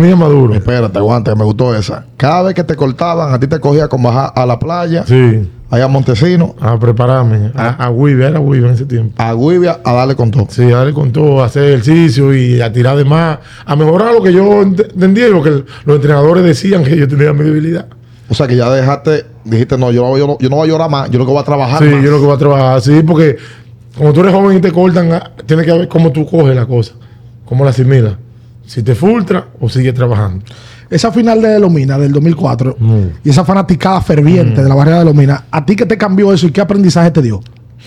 Espérate, aguanta, que me gustó esa. Cada vez que te cortaban, a ti te cogía con bajar a la playa, Sí. allá a Montesino, A prepararme. A Guivia, era Guivia en ese tiempo. a Guivia, a darle con todo. Sí, a darle con todo, a hacer ejercicio y a tirar de más, a mejorar lo que yo entendía y lo que los entrenadores decían que yo tenía mi debilidad. O sea que ya dijiste, no, yo no voy a llorar más, yo lo que voy a trabajar Sí, más. yo lo que voy a trabajar, sí, porque como tú eres joven y te cortan, tienes que ver cómo tú coges la cosa, cómo la asimilas. Si te frustras o sigues trabajando. Esa final de Lomina del 2004 y esa fanaticada ferviente de la barrera de Lomina, ¿a ti qué te cambió eso y qué aprendizaje te dio?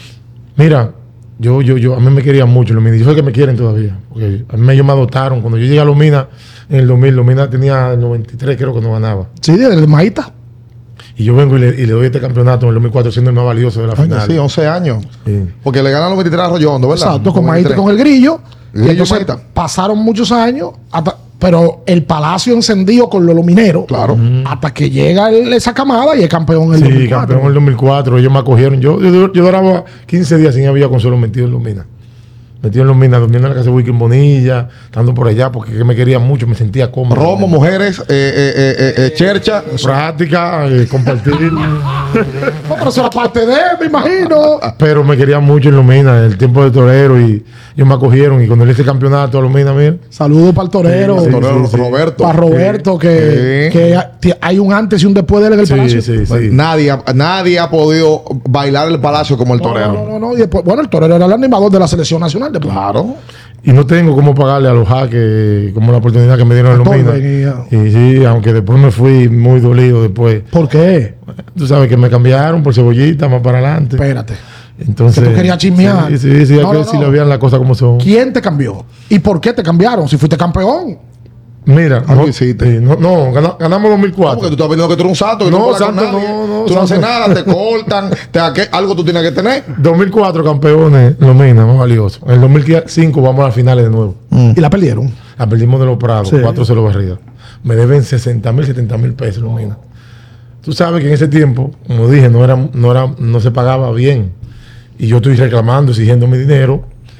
Mira, yo a mí me querían mucho Lomina. Yo sé que me quieren todavía. Porque a mí ellos me adoptaron. Cuando yo llegué a Lomina en el 2000, Lomina tenía el 93, creo que no ganaba. Sí, del Maíta. Y yo vengo y le doy este campeonato en el 2004 siendo el más valioso de la Coño, final. sí, 11 años. Sí. Porque le ganan los 23 a Rollondo, ¿verdad? Exacto, con 93. Maíta y con el Grillo. Grillo Y entonces Maíta. pasaron muchos años, pero el palacio encendido con los lomineros. Claro. Hasta que llega esa camada y es campeón en el Sí, 2004. campeón en el 2004. Ellos me acogieron. Yo duraba 15 días sin había Consuelo metido en Lomina. Metido en Lomina, durmiendo en la casa de Wiki en Bonilla, estando por allá porque me querían mucho, me sentía cómodo. Romo, mujeres, chercha. Práctica, compartir. No, pero eso era parte de él, me imagino. Pero me querían mucho en Lomina, en el tiempo de torero, y ellos me acogieron. Y cuando le hice campeonato a Lomina, mira. Saludos para el torero. Sí, Torero sí. Roberto. Para Roberto, que hay un antes y un después de él en el palacio. Sí, sí. Nadie ha podido bailar el palacio como el torero. No. Y después, bueno, el torero era el animador de la selección nacional. Después. Claro. Y no tengo cómo pagarle a los jaques como la oportunidad que me dieron en Lomina. Torben Y sí, aunque después me fui muy dolido después. ¿Por qué? Tú sabes que me cambiaron por Cebollita más para adelante. Espérate. Entonces, Que tú querías chismear. Sí, hay No, que no, decirle no. bien las cosas como son. ¿Quién te cambió? ¿Y por qué te cambiaron? Si fuiste campeón. Mira, Algo hiciste. ganamos No, 2004. porque tú estás viendo que tú eres un santo. Que No, tú no, santo, con nadie. no, Tú no haces santo. nada, te cortan. Algo tú tienes que tener. 2004 campeones, Lomina, más valioso. En el 2005 vamos a las finales de nuevo. Y la perdieron. La perdimos de los Prados, Sí. 4-0 barrida. Me deben 60,000, 70,000 pesos, Lomina. Tú sabes que en ese tiempo, como dije, no se pagaba bien. Y yo estoy reclamando, exigiendo mi dinero.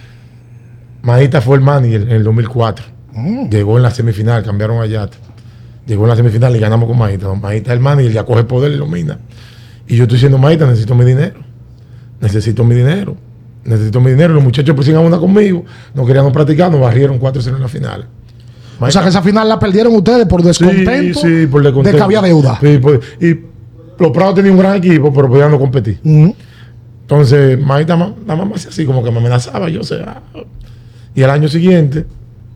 Maíta fue el manager en el 2004. Llegó en la semifinal, cambiaron a Yate. Llegó en la semifinal y ganamos con Maíta. Maíta es el manager, ya coge poder y Lomina. Y yo estoy diciendo, Maíta, necesito mi dinero. Necesito mi dinero. Los muchachos pusieron a una conmigo. No queríamos practicar, nos barrieron 4-0 en la final. O sea que esa final la perdieron ustedes por descontento, Sí, por descontento. de que había deuda. Sí, y los Prados tenían un gran equipo, pero podían no competir. Entonces, Maíta la mamá hacía así, como que me amenazaba, yo sé. Y el año siguiente,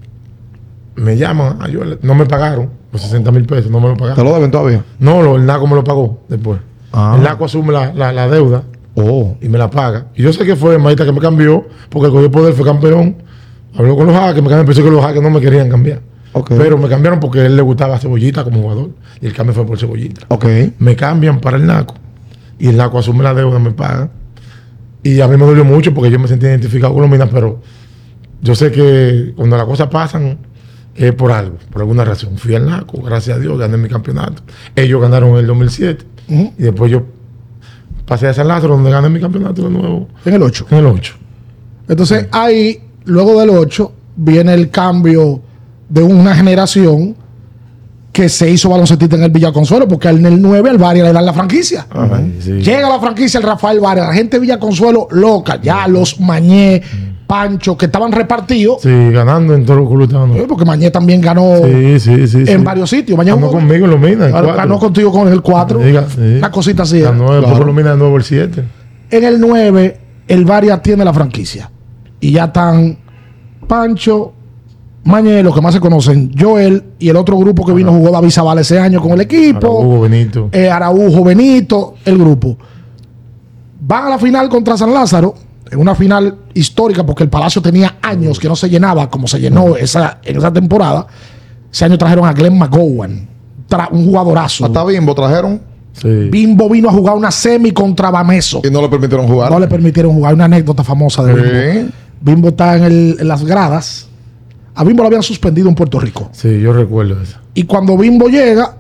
me llaman, no me pagaron los 60,000 pesos, no me lo ¿Te pagaron. lo deben todavía? No, el NACO me lo pagó después. Ah. El NACO asume la deuda Oh. y me la paga. Y yo sé que fue Maíta que me cambió, porque el cogió poder, fue campeón. Habló con los jaques, me cambiaron, pensé que los jaques no me querían cambiar. Ok. Pero me cambiaron porque a él le gustaba Cebollita como jugador. Y el cambio fue por Cebollita. Ok. Me cambian para el NACO. Y el NACO asume la deuda, me paga. Y a mí me dolió mucho porque yo me sentí identificado con los Minas, pero yo sé que cuando las cosas pasan es por algo, por alguna razón. Fui al NACO, gracias a Dios, gané mi campeonato. Ellos ganaron en el 2007. Y después yo pasé a San Lázaro, donde gané mi campeonato de nuevo En el 8. en el 8. Entonces ahí, luego del 8, viene el cambio de una generación que se hizo baloncetista en el Villaconsuelo, porque en el 9 al Varia le dan la franquicia. Ay, sí. Llega la franquicia el Rafael Varia, la gente de Villaconsuelo loca, ya los Mañé, Pancho, que estaban repartidos, Sí, ganando en todos los clubes. porque Mañé también ganó Sí. en varios sitios. Mañé Ganó jugó- conmigo en los Minas. ganó contigo con el 4, Sí. una cosita así. Ganó el Claro. los Minas de nuevo el 7. En el 9, el Varia tiene la franquicia. Y ya están Pancho, Mañé, los que más se conocen, Joel y el otro grupo que vino jugó David Zavala ese año con el equipo. Hugo Benito. Araujo, Benito, el grupo. Van a la final contra San Lázaro, en una final histórica, porque el Palacio tenía años que no se llenaba como se llenó en esa temporada. Ese año trajeron a Glenn McGowan, un jugadorazo. Hasta Bimbo trajeron Sí. Bimbo vino a jugar una semi contra Bameso. y no le permitieron jugar. No le permitieron jugar. Una anécdota famosa de Bimbo. Sí. Bimbo está en las gradas. A Bimbo lo habían suspendido en Puerto Rico. Sí, yo recuerdo eso. Y cuando Bimbo llega,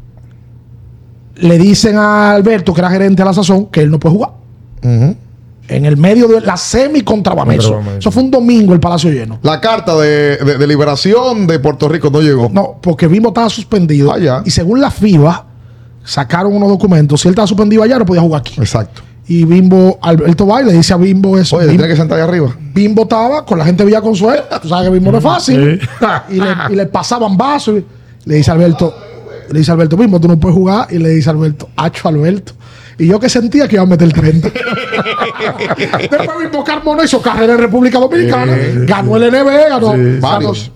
le dicen a Alberto, que era gerente a la sazón, que él no puede jugar. Ujú. En el medio de la semi contra Bameso. Bameso. Eso fue un domingo, el Palacio lleno. La carta de liberación de Puerto Rico no llegó. No, porque Bimbo estaba suspendido. Ah, ya. Y según la FIBA, sacaron unos documentos. Si él estaba suspendido allá, no podía jugar aquí. Exacto. Y Bimbo, Alberto va y le dice a Bimbo eso. Oye, tiene que sentar ahí arriba. Bimbo estaba con la gente de Villa Consuelo. Tú sabes que Bimbo no es fácil. Y le pasaban vasos. Y le dice a Alberto, Bimbo, tú no puedes jugar. Y le dice a Alberto, hacho Alberto. Y yo que sentía que iba a meter el 30. Después Bimbo Carmona hizo carrera en República Dominicana. Ganó el NB, ganó Varios.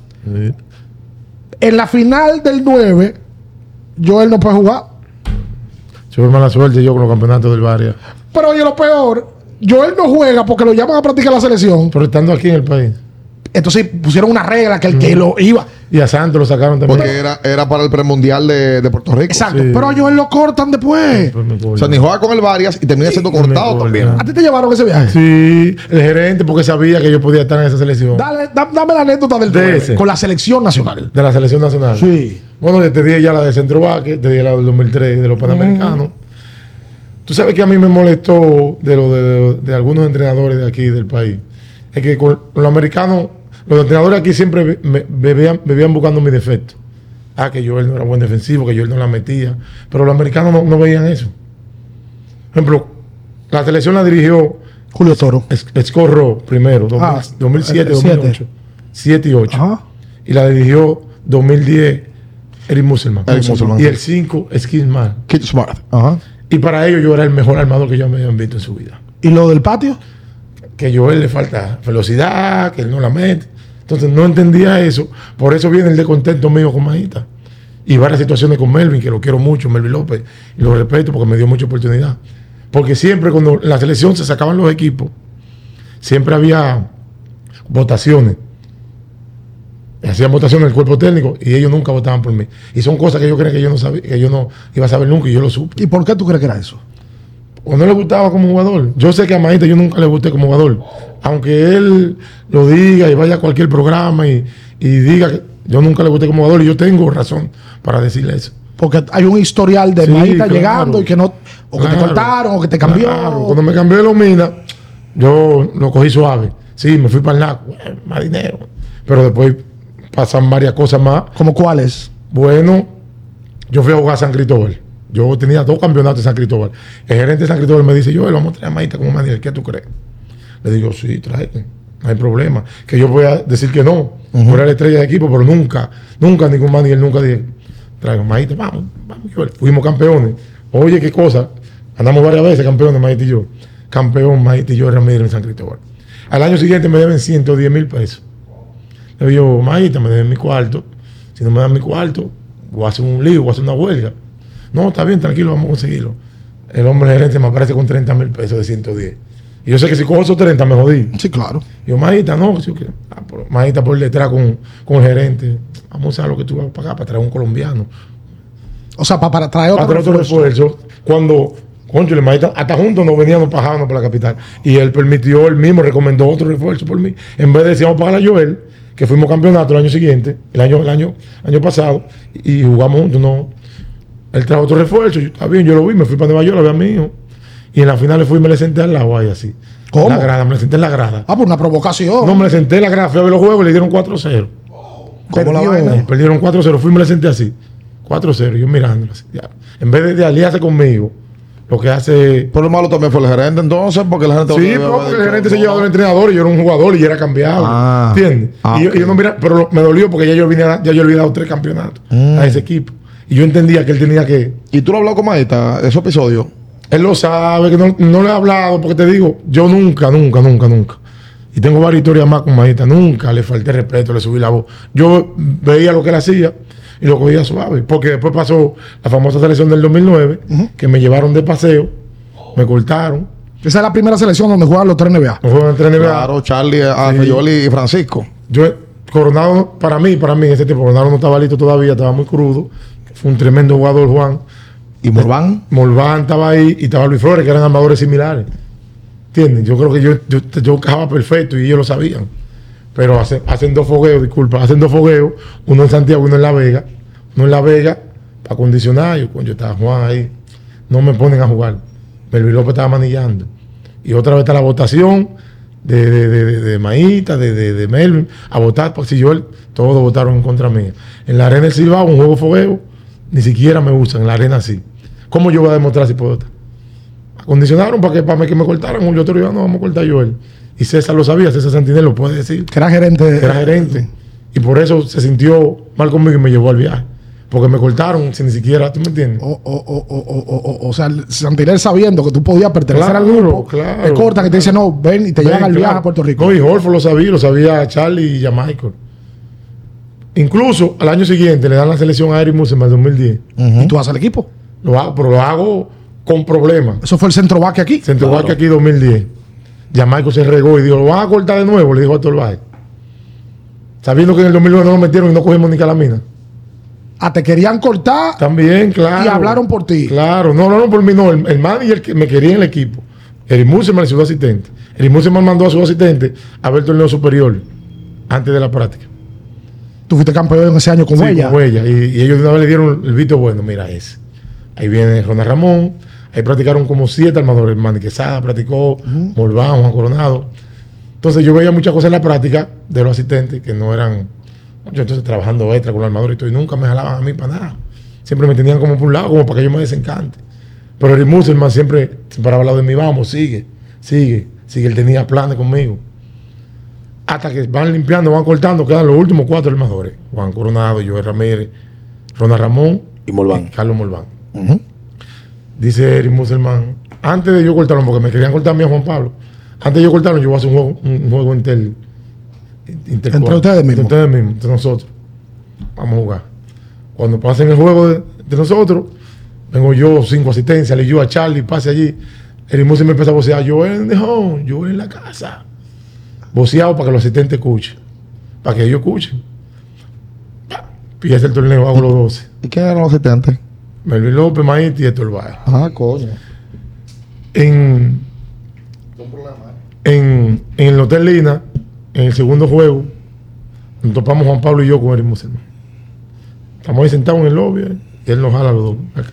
En la final del 9, Joel no puede jugar. Tuve mala suerte yo con los campeonatos del barrio. Pero oye, lo peor, Joel no juega porque lo llaman a practicar la selección. Pero estando aquí en el país. Entonces pusieron una regla que el que lo iba. Y a Santos lo sacaron también. Porque era para el premundial de Puerto Rico. Exacto. Sí. Pero a Joel lo cortan después. Pues me O sea, ni juega con el Varias y termina siendo cortado me también. ¿A ti te llevaron ese viaje? Sí, el gerente porque sabía que yo podía estar en esa selección. Dame la anécdota del De 9 ese. con la selección nacional. De la selección nacional. Sí. Bueno, te dije ya la de Centro Vaque, te dije la del 2003 de los Panamericanos. Tú sabes que a mí me molestó de algunos entrenadores de aquí del país. Es que con los americanos, los entrenadores aquí siempre bebían buscando mi defecto. Que Joel no era buen defensivo, que Joel no la metía. Pero los americanos no veían eso. Por ejemplo, la selección la dirigió Julio Toro. Escorro primero, 2007, 2008. 7 y 8. Ajá. Y la dirigió 2010 Eric Musselman. Eric Musselman, Y sí. el 5 Skidmar. Kid Smart. Ajá. Y para ellos yo era el mejor armador que ellos me habían visto en su vida. ¿Y lo del patio? Que a Joel le falta velocidad, que él no la mete. Entonces no entendía eso. Por eso viene el descontento mío con Majita. Y varias situaciones con Melvin, que lo quiero mucho, Melvin López. Y lo respeto porque me dio mucha oportunidad. Porque siempre cuando en la selección se sacaban los equipos, siempre había votaciones. Hacían votaciones en el cuerpo técnico y ellos nunca votaban por mí. Y son cosas que yo creía que yo no sabía, que yo no iba a saber nunca y yo lo supe. ¿Y por qué tú crees que era eso? O no le gustaba como jugador. Yo sé que a Majita yo nunca le gusté como jugador. Aunque él lo diga y vaya a cualquier programa y diga que yo nunca le gusté como jugador y yo tengo razón para decirle eso. Porque hay un historial de Sí, Majita claro. llegando y que no, o que te Claro. cortaron, o que te cambió. Claro. Cuando me cambié de Lomina, yo lo cogí suave. Sí, me fui para el NACO, más dinero. Pero después pasan varias cosas más. ¿Cómo cuáles? Bueno, yo fui a jugar a San Cristóbal. Yo tenía 2 campeonatos en San Cristóbal. El gerente de San Cristóbal me dice, yo vamos a traer a Majita como manager. ¿Qué tú crees? Le digo, sí, tráete. No hay problema. Que yo voy a decir que no. Yo era la estrella de equipo, pero nunca ningún manager, nunca dije, traigo Majita, vamos. Yo, fuimos campeones. Oye, qué cosa. Andamos varias veces campeones, Majita y yo. Campeón, Majita y yo, Ramírez en San Cristóbal. Al año siguiente me deben 110,000 pesos. Le digo, Majita, me deben mi cuarto. Si no me dan mi cuarto, voy a hacer un lío, voy a hacer una huelga. No, está bien, tranquilo, vamos a conseguirlo. El hombre gerente me aparece con 30,000 pesos de 110. Y yo sé que si cojo esos 30 me jodí. Sí, claro. Y yo, Majita, no, si yo quiero. Pero Majita por detrás con el gerente. Vamos a usar lo que tú vas a pagar para traer un colombiano. O sea, para traer Para otro traer otro refuerzo. Cuando, concho, el Majita, hasta juntos nos veníamos pajábamos por la capital. Y él permitió, él mismo recomendó otro refuerzo por mí. En vez de decir, vamos a pagar a Joel, que fuimos campeonato el año siguiente, el año pasado, y jugamos juntos, no. Él trajo otro refuerzo, está bien, yo lo vi, me fui para Nueva York, lo vi a mi hijo. Y en la final fui y me le senté al lado ahí así. ¿Cómo? En la grada, me le senté en la grada. Ah, por una provocación. No, me le senté en la grada, fui a ver los juegos y le dieron 4-0. ¿Cómo la Perdió. vaina? Perdieron 4-0, fui y me le senté así. 4-0, yo mirándolo así. Ya. En vez de aliarse conmigo, lo que hace... Por lo malo también fue el gerente entonces, porque el gerente... Sí, porque el gerente se llevaba del entrenador y yo era un jugador y era cambiado. Ah. ¿Entiendes? Y Ok. yo no mira, pero me dolió porque ya yo había dado 3 campeonatos a ese equipo. Y yo entendía que él tenía que... ¿Y tú lo has hablado con Majita, ese episodio? Él lo sabe, que no le he hablado, porque te digo, yo nunca. Y tengo varias historias más con Majita. Nunca le falté respeto, le subí la voz. Yo veía lo que él hacía y lo cogía suave. Porque después pasó la famosa selección del 2009, que me llevaron de paseo, me cortaron. Esa es la primera selección donde juegan los 3 NBA. Me fueron a entrenar. Claro, Charlie, Joel y Francisco. Yo, Coronado, para mí, en ese tiempo, Coronado no estaba listo todavía, estaba muy crudo. Fue un tremendo jugador, Juan. ¿Y Morván? Morván estaba ahí y estaba Luis Flores, que eran armadores similares. ¿Entiendes? Yo creo que yo encajaba perfecto y ellos lo sabían. Pero hacen 2 fogueos, hacen 2 fogueos, uno en Santiago y uno en La Vega. Uno en La Vega, para condicionar. Yo estaba Juan ahí. No me ponen a jugar. Melvin López estaba manillando. Y otra vez está la votación de Majita, de Melvin, a votar. Porque si yo, todos votaron en contra mía. En la arena del Silvao, un juego fogueo, ni siquiera me usan. En la arena sí. ¿Cómo yo voy a demostrar si puedo estar? Acondicionaron para que me cortaran. Julio Toro no, vamos a cortar a Joel. Y César lo sabía, César Santinel lo puede decir. Que era gerente. Era gerente. Y por eso se sintió mal conmigo y me llevó al viaje. Porque me cortaron sin ni siquiera, ¿tú me entiendes? O sea, Santinel sabiendo que tú podías pertenecer al grupo, claro, te cortan y te dicen, no, ven y te llevan al viaje a Puerto Rico. No, y Holford lo sabía Charlie y a Michael. Incluso al año siguiente le dan la selección a Eric Musselman en 2010. ¿Y tú haces el equipo? Lo hago, pero lo hago con problemas. Eso fue el centro baque aquí. Centro Baque aquí 2010. Ya Michael se regó y dijo, ¿lo van a cortar de nuevo? Le dijo a Torbaje. Sabiendo que en el 2009 no lo metieron y no cogimos ni calamina. Te querían cortar. También, claro. Y hablaron por ti. Claro, no por mí, no. El manager que me quería en el equipo, Eric Musselman y su asistente. Eric Musselman mandó a su asistente a ver el torneo superior antes de la práctica. Tú fuiste campeón ese año con Huella. Con Huella. Y ellos de una vez le dieron el visto bueno. Mira ese. Ahí viene Ronald Ramón. Ahí practicaron como 7 armadores. Manny Quesada practicó, Morván, Juan Coronado. Entonces yo veía muchas cosas en la práctica de los asistentes que no eran... Yo entonces trabajando extra con los armadores y todo, y nunca me jalaban a mí para nada. Siempre me tenían como por un lado, como para que yo me desencante. Pero el Musselman siempre paraba al lado de mí, vamos, sigue. Él tenía planes conmigo. Hasta que van limpiando, van cortando, quedan los últimos 4 armadores. Juan Coronado, Joel Ramírez, Ronald Ramón y Morván. Carlos Morván. Dice Eric Musselman, antes de yo cortarlo, porque me querían cortar a mí a Juan Pablo, antes de yo cortarlo, yo voy a hacer un juego entre ustedes mismos. Entre nosotros. Vamos a jugar. Cuando pasen el juego de nosotros, vengo yo, 5 asistencias, le yo a Charlie, pase allí. El Musselman me empieza a vocear, Joel en la casa. Voceado para que los asistentes escuchen. Para que ellos escuchen. Piensa el torneo, hago los 12. ¿Y quién eran los asistentes? Melvin López, Maíti y Héctor Valle. Coño. En el Hotel Lina, en el segundo juego, nos topamos Juan Pablo y yo con Eric Musselman. Estamos ahí sentados en el lobby y él nos jala los dos. Acá.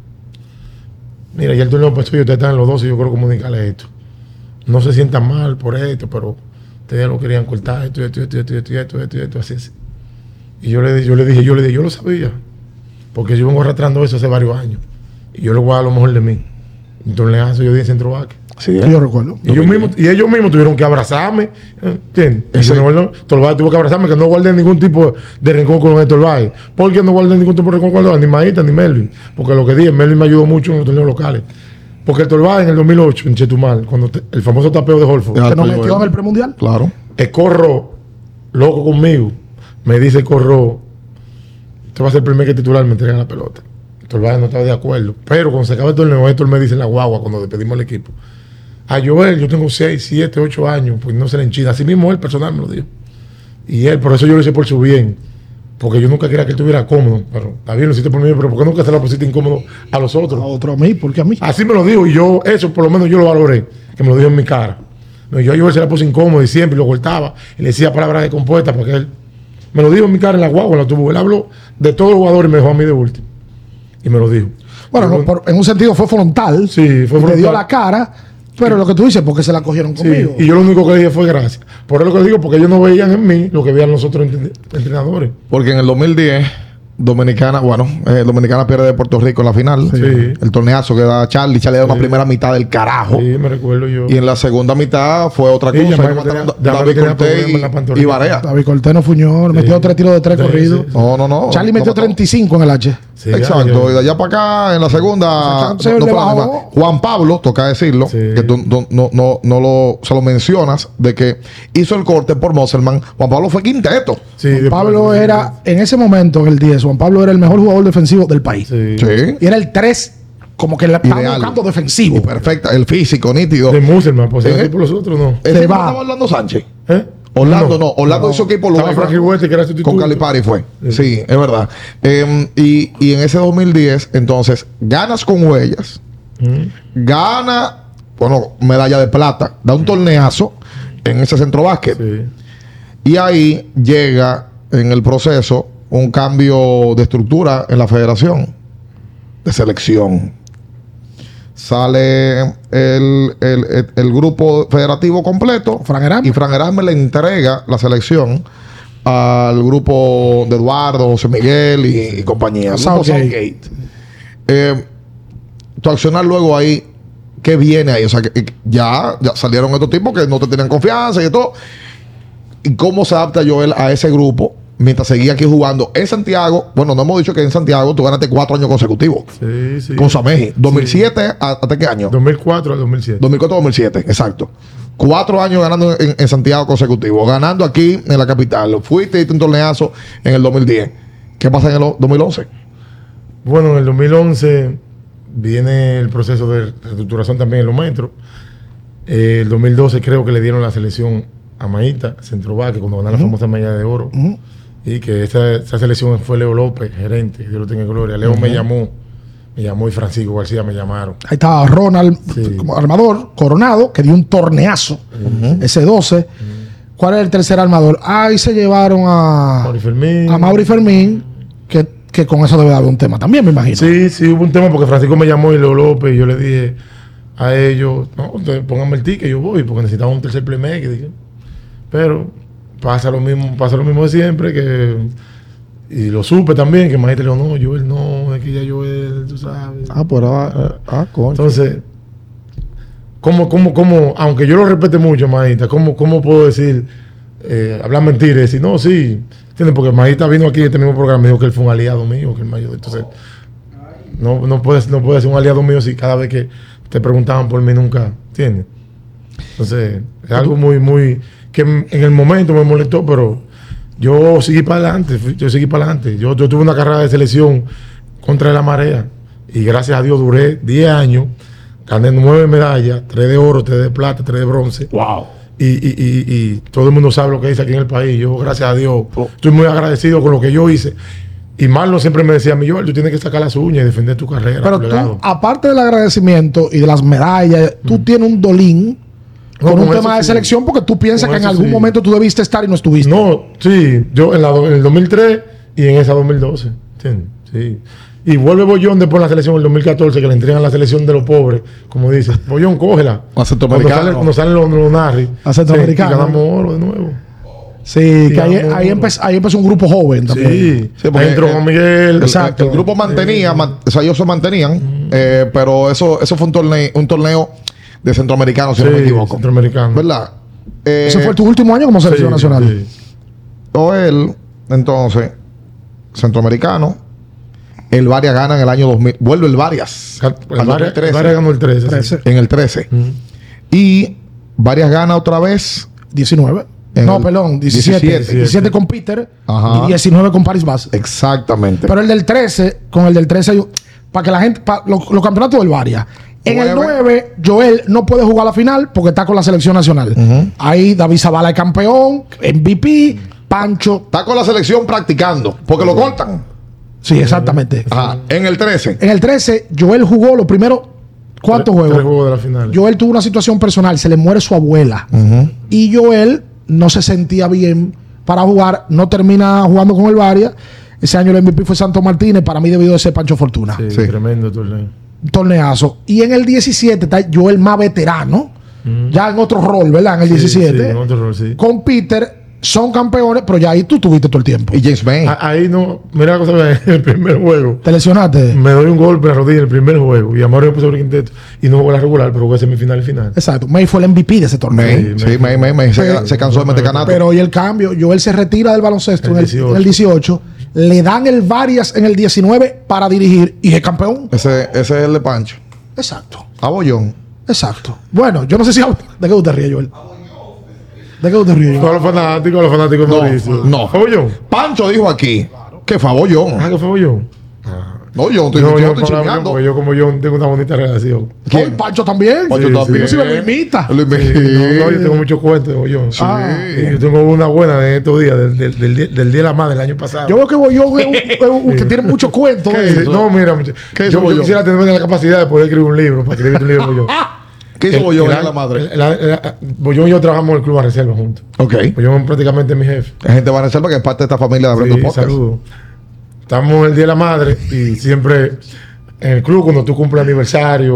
Mira, ya el torneo empezó y ustedes están en los 12 y yo quiero comunicarles esto. No se sientan mal por esto, pero ustedes lo querían cortar, esto, así. Y yo le dije, yo lo sabía. Porque yo vengo arrastrando eso hace varios años. Y yo le voy a dar lo mejor de mí. Entonces yo di en centro baque. Sí, yo recuerdo. Y ellos mismos tuvieron que abrazarme. ¿Entiendes? Torbaje tuvo que abrazarme, que no guardé ningún tipo de rencor con el Torbaje. ¿Por qué no guardé ningún tipo de rencor con el ni Maíta ni Melvin? Porque lo que dije, Melvin me ayudó mucho en los torneos locales. Porque el Torbaje en el 2008, en Chetumal, cuando el famoso tapeo de Holford, que nos metió en el premundial. Claro. El Corro, loco conmigo, me dice el Corro, usted va a ser el primer que titular me entrega la pelota. El Torbaje no estaba de acuerdo. Pero cuando se acaba el torneo, Héctor me dice en la guagua, cuando despedimos al equipo, a Joel, yo tengo 6, 7, 8 años, pues no se le enchina. Así mismo él personal me lo dijo. Y él, por eso yo lo hice por su bien. Porque yo nunca quería que él estuviera cómodo. Pero está bien, lo hiciste por mí, pero ¿por qué nunca se la pusiste incómodo a los otros? A otro a mí, ¿por qué a mí? Así me lo dijo y yo, eso por lo menos yo lo valoré, que me lo dijo en mi cara. No, yo a Joel se la puse incómodo y siempre lo cortaba y le decía palabras de compuesta porque él me lo dijo en mi cara en la guagua, en la tubo. Él habló de todos los jugadores y me dejó a mí de último. Y me lo dijo. Bueno, en un sentido fue frontal. Sí, fue frontal. Te dio la cara. Pero lo que tú dices, porque se la cogieron conmigo. Y yo lo único que le dije fue gracias. Por eso lo que digo, porque ellos no veían en mí lo que veían los otros entrenadores. Porque en el 2010, Dominicana pierde de Puerto Rico en la final. Sí. El torneazo que da Charlie. Charlie da una primera mitad del carajo. Sí, me recuerdo yo. Y en la segunda mitad fue otra cosa. David Cortés y Barea. David Cortés no fuñó, metió 3 tiros de 3 corridos. No. Charlie metió 35 en el H. Sí, exacto. Y de allá para acá, en la segunda, Juan Pablo, toca decirlo, que tú se lo mencionas, de que hizo el corte por Musselman. Juan Pablo fue quinteto. Sí, Juan Pablo era, en ese momento, en el 10, Juan Pablo era el mejor jugador defensivo del país. Sí. Y era el 3, como que estaba buscando defensivo. Y perfecta, el físico, nítido. De Musselman, pues ese por los otros no. ¿Ese estaba Orlando Sánchez? Orlando hizo equipo estaba Frankie Huete, que era sustituto. Con Calipari fue. Sí, es verdad. Y en ese 2010, entonces, ganas con Huellas. Gana, medalla de plata. Da un torneazo en ese centro básquet. Sí. Y ahí llega en el proceso un cambio de estructura en la federación de selección. Sale el grupo federativo completo. Y Fran Erasme le entrega la selección al grupo de Eduardo, José Miguel y compañía. Southgate. tu accionar luego ahí, ¿qué viene ahí? O sea, que ya salieron estos tipos que no te tenían confianza y todo. ¿Y cómo se adapta Joel a ese grupo mientras seguía aquí jugando en Santiago? Bueno, no hemos dicho que en Santiago tú ganaste 4 años consecutivos. Sí, sí. Con Sameji. 2007 ¿hasta qué año? 2004 al 2007. 2004-2007, exacto. 4 años ganando en Santiago consecutivos. Ganando aquí en la capital. Fuiste y diste un torneazo en el 2010. ¿Qué pasa en el 2011? Bueno, en el 2011 viene el proceso de reestructuración también en los metros. El 2012 creo que le dieron la selección a Maíta, Centrovaque, cuando ganaron la famosa medalla de oro. Y que esa selección fue Leo López, gerente, Dios lo tenga en gloria. Leo me llamó y Francisco García me llamaron. Ahí estaba Ronald, como armador, Coronado, que dio un torneazo, ese 12. ¿Cuál era el tercer armador? Ahí se llevaron a Mauri Fermín, que con eso debe haber un tema también, me imagino. Sí, hubo un tema porque Francisco me llamó y Leo López, y yo le dije a ellos, no, pónganme el ticket, yo voy, porque necesitaba un tercer playmaker. Pero pasa lo mismo de siempre, y lo supe también, que Maíta le dijo, no, Joel, no, es que ya Joel, tú sabes. Coño. Entonces, ¿cómo, aunque yo lo respete mucho, Maíta, ¿cómo puedo decir, hablar mentiras y decir, no, sí, ¿entiendes? Porque Maíta vino aquí en este mismo programa y dijo que él fue un aliado mío, que el mayor. Entonces, no puede ser un aliado mío si cada vez que te preguntaban por mí nunca, ¿entiendes? Entonces, es algo muy, que en el momento me molestó, pero yo seguí para adelante. Yo tuve una carrera de selección contra la marea y gracias a Dios duré 10 años, gané 9 medallas, 3 de oro, 3 de plata, 3 de bronce. Wow. Y todo el mundo sabe lo que hice aquí en el país. Yo, gracias a Dios, estoy muy agradecido con lo que yo hice. Y Marlon siempre me decía, Joel, tú tienes que sacar las uñas y defender tu carrera. Pero tú, aparte del agradecimiento y de las medallas, tú tienes un dolín con un tema de selección porque tú piensas que en algún momento tú debiste estar y no estuviste. No, sí. Yo en el 2003 y en esa 2012. ¿Entiendes? Sí. Y vuelve Bollón después en la selección en el 2014, que le entregan la selección de los pobres. Como dice, Bollón, cógela. A Centroamericano. Cuando salen los Narri. A Centroamericano. Y ganamos oro de nuevo. Sí, que ahí empezó un grupo joven también. Sí, porque entró con Miguel. Exacto. El grupo mantenía, o sea, ellos se mantenían, pero eso fue un torneo de centroamericano, si no me equivoco. Centroamericano. ¿Verdad? Ese fue tu último año como selección nacional. Sí. Joel, entonces, centroamericano. El Varias gana en el año 2000. Vuelve el Varias. El Varias ganó el 13. En el 13. Y Varias gana otra vez. 19. Perdón, 17. 17 con Peter. Ajá. Y 19 con Paris Bass. Exactamente. Pero el del 13, con el del 13, para que la gente, los campeonatos del Varias. En el 9, Joel no puede jugar la final porque está con la selección nacional. Ahí David Zavala es campeón, MVP, Pancho. Está con la selección practicando, porque lo cortan. Sí, exactamente. Ajá. En el 13. En el 13, Joel jugó los primeros 4 juegos. 3 juegos de la final. Joel tuvo una situación personal, se le muere su abuela. Y Joel no se sentía bien para jugar, no termina jugando con el Varias. Ese año el MVP fue Santo Martínez, para mí debido a ese Pancho Fortuna. Sí. Tremendo torneo. Torneazo. Y en el 17 está Joel más veterano, ya en otro rol, ¿verdad? En el 17. Sí, en otro rol, sí. Con Peter son campeones, pero ya ahí tú tuviste todo el tiempo. Y James May. Ahí no, mira la cosa, en el primer juego. ¿Te lesionaste? Me doy un golpe en la rodilla en el primer juego. Y Amaro me puso el quinteto. Y no jugué la regular, pero jugué semifinal y final. Exacto. May fue el MVP de ese torneo. May. Se cansó de meter canato. Pero hoy el cambio, Joel se retira del baloncesto en el 18. Le dan el Varias en el 19 para dirigir y es campeón. Ese es el de Pancho. Exacto. A Bollón. Exacto. Bueno, yo no sé si... ¿De qué usted ríe, Joel? ¿De qué usted ríe, Joel? Todos los fanáticos No. ¿Fue Bollón? Pancho dijo aquí que fue a Bollón. ¿Que fue Bollón? No, yo no estoy chingando. Porque yo como yo tengo una bonita relación. ¿Quién? Pancho también. Pancho también. Sí, lo imita. Lo imita. No, yo tengo muchos cuentos de Bollón. Sí. Yo tengo una buena de estos días, del Día de la Madre del año pasado. Yo veo que Bollón es un que tiene muchos cuentos. No, mira, yo quisiera tener la capacidad de poder escribir un libro, para escribir un libro de Bollón. ¿Qué hizo Bollón en la madre? Bollón y yo trabajamos en el Club a Reserva juntos. Ok. Bollón prácticamente es mi jefe. La gente va a reserva que es parte de esta familia de Abriendo Podcast. Saludos. Estamos el Día de la Madre y siempre en el club, cuando tú cumples aniversario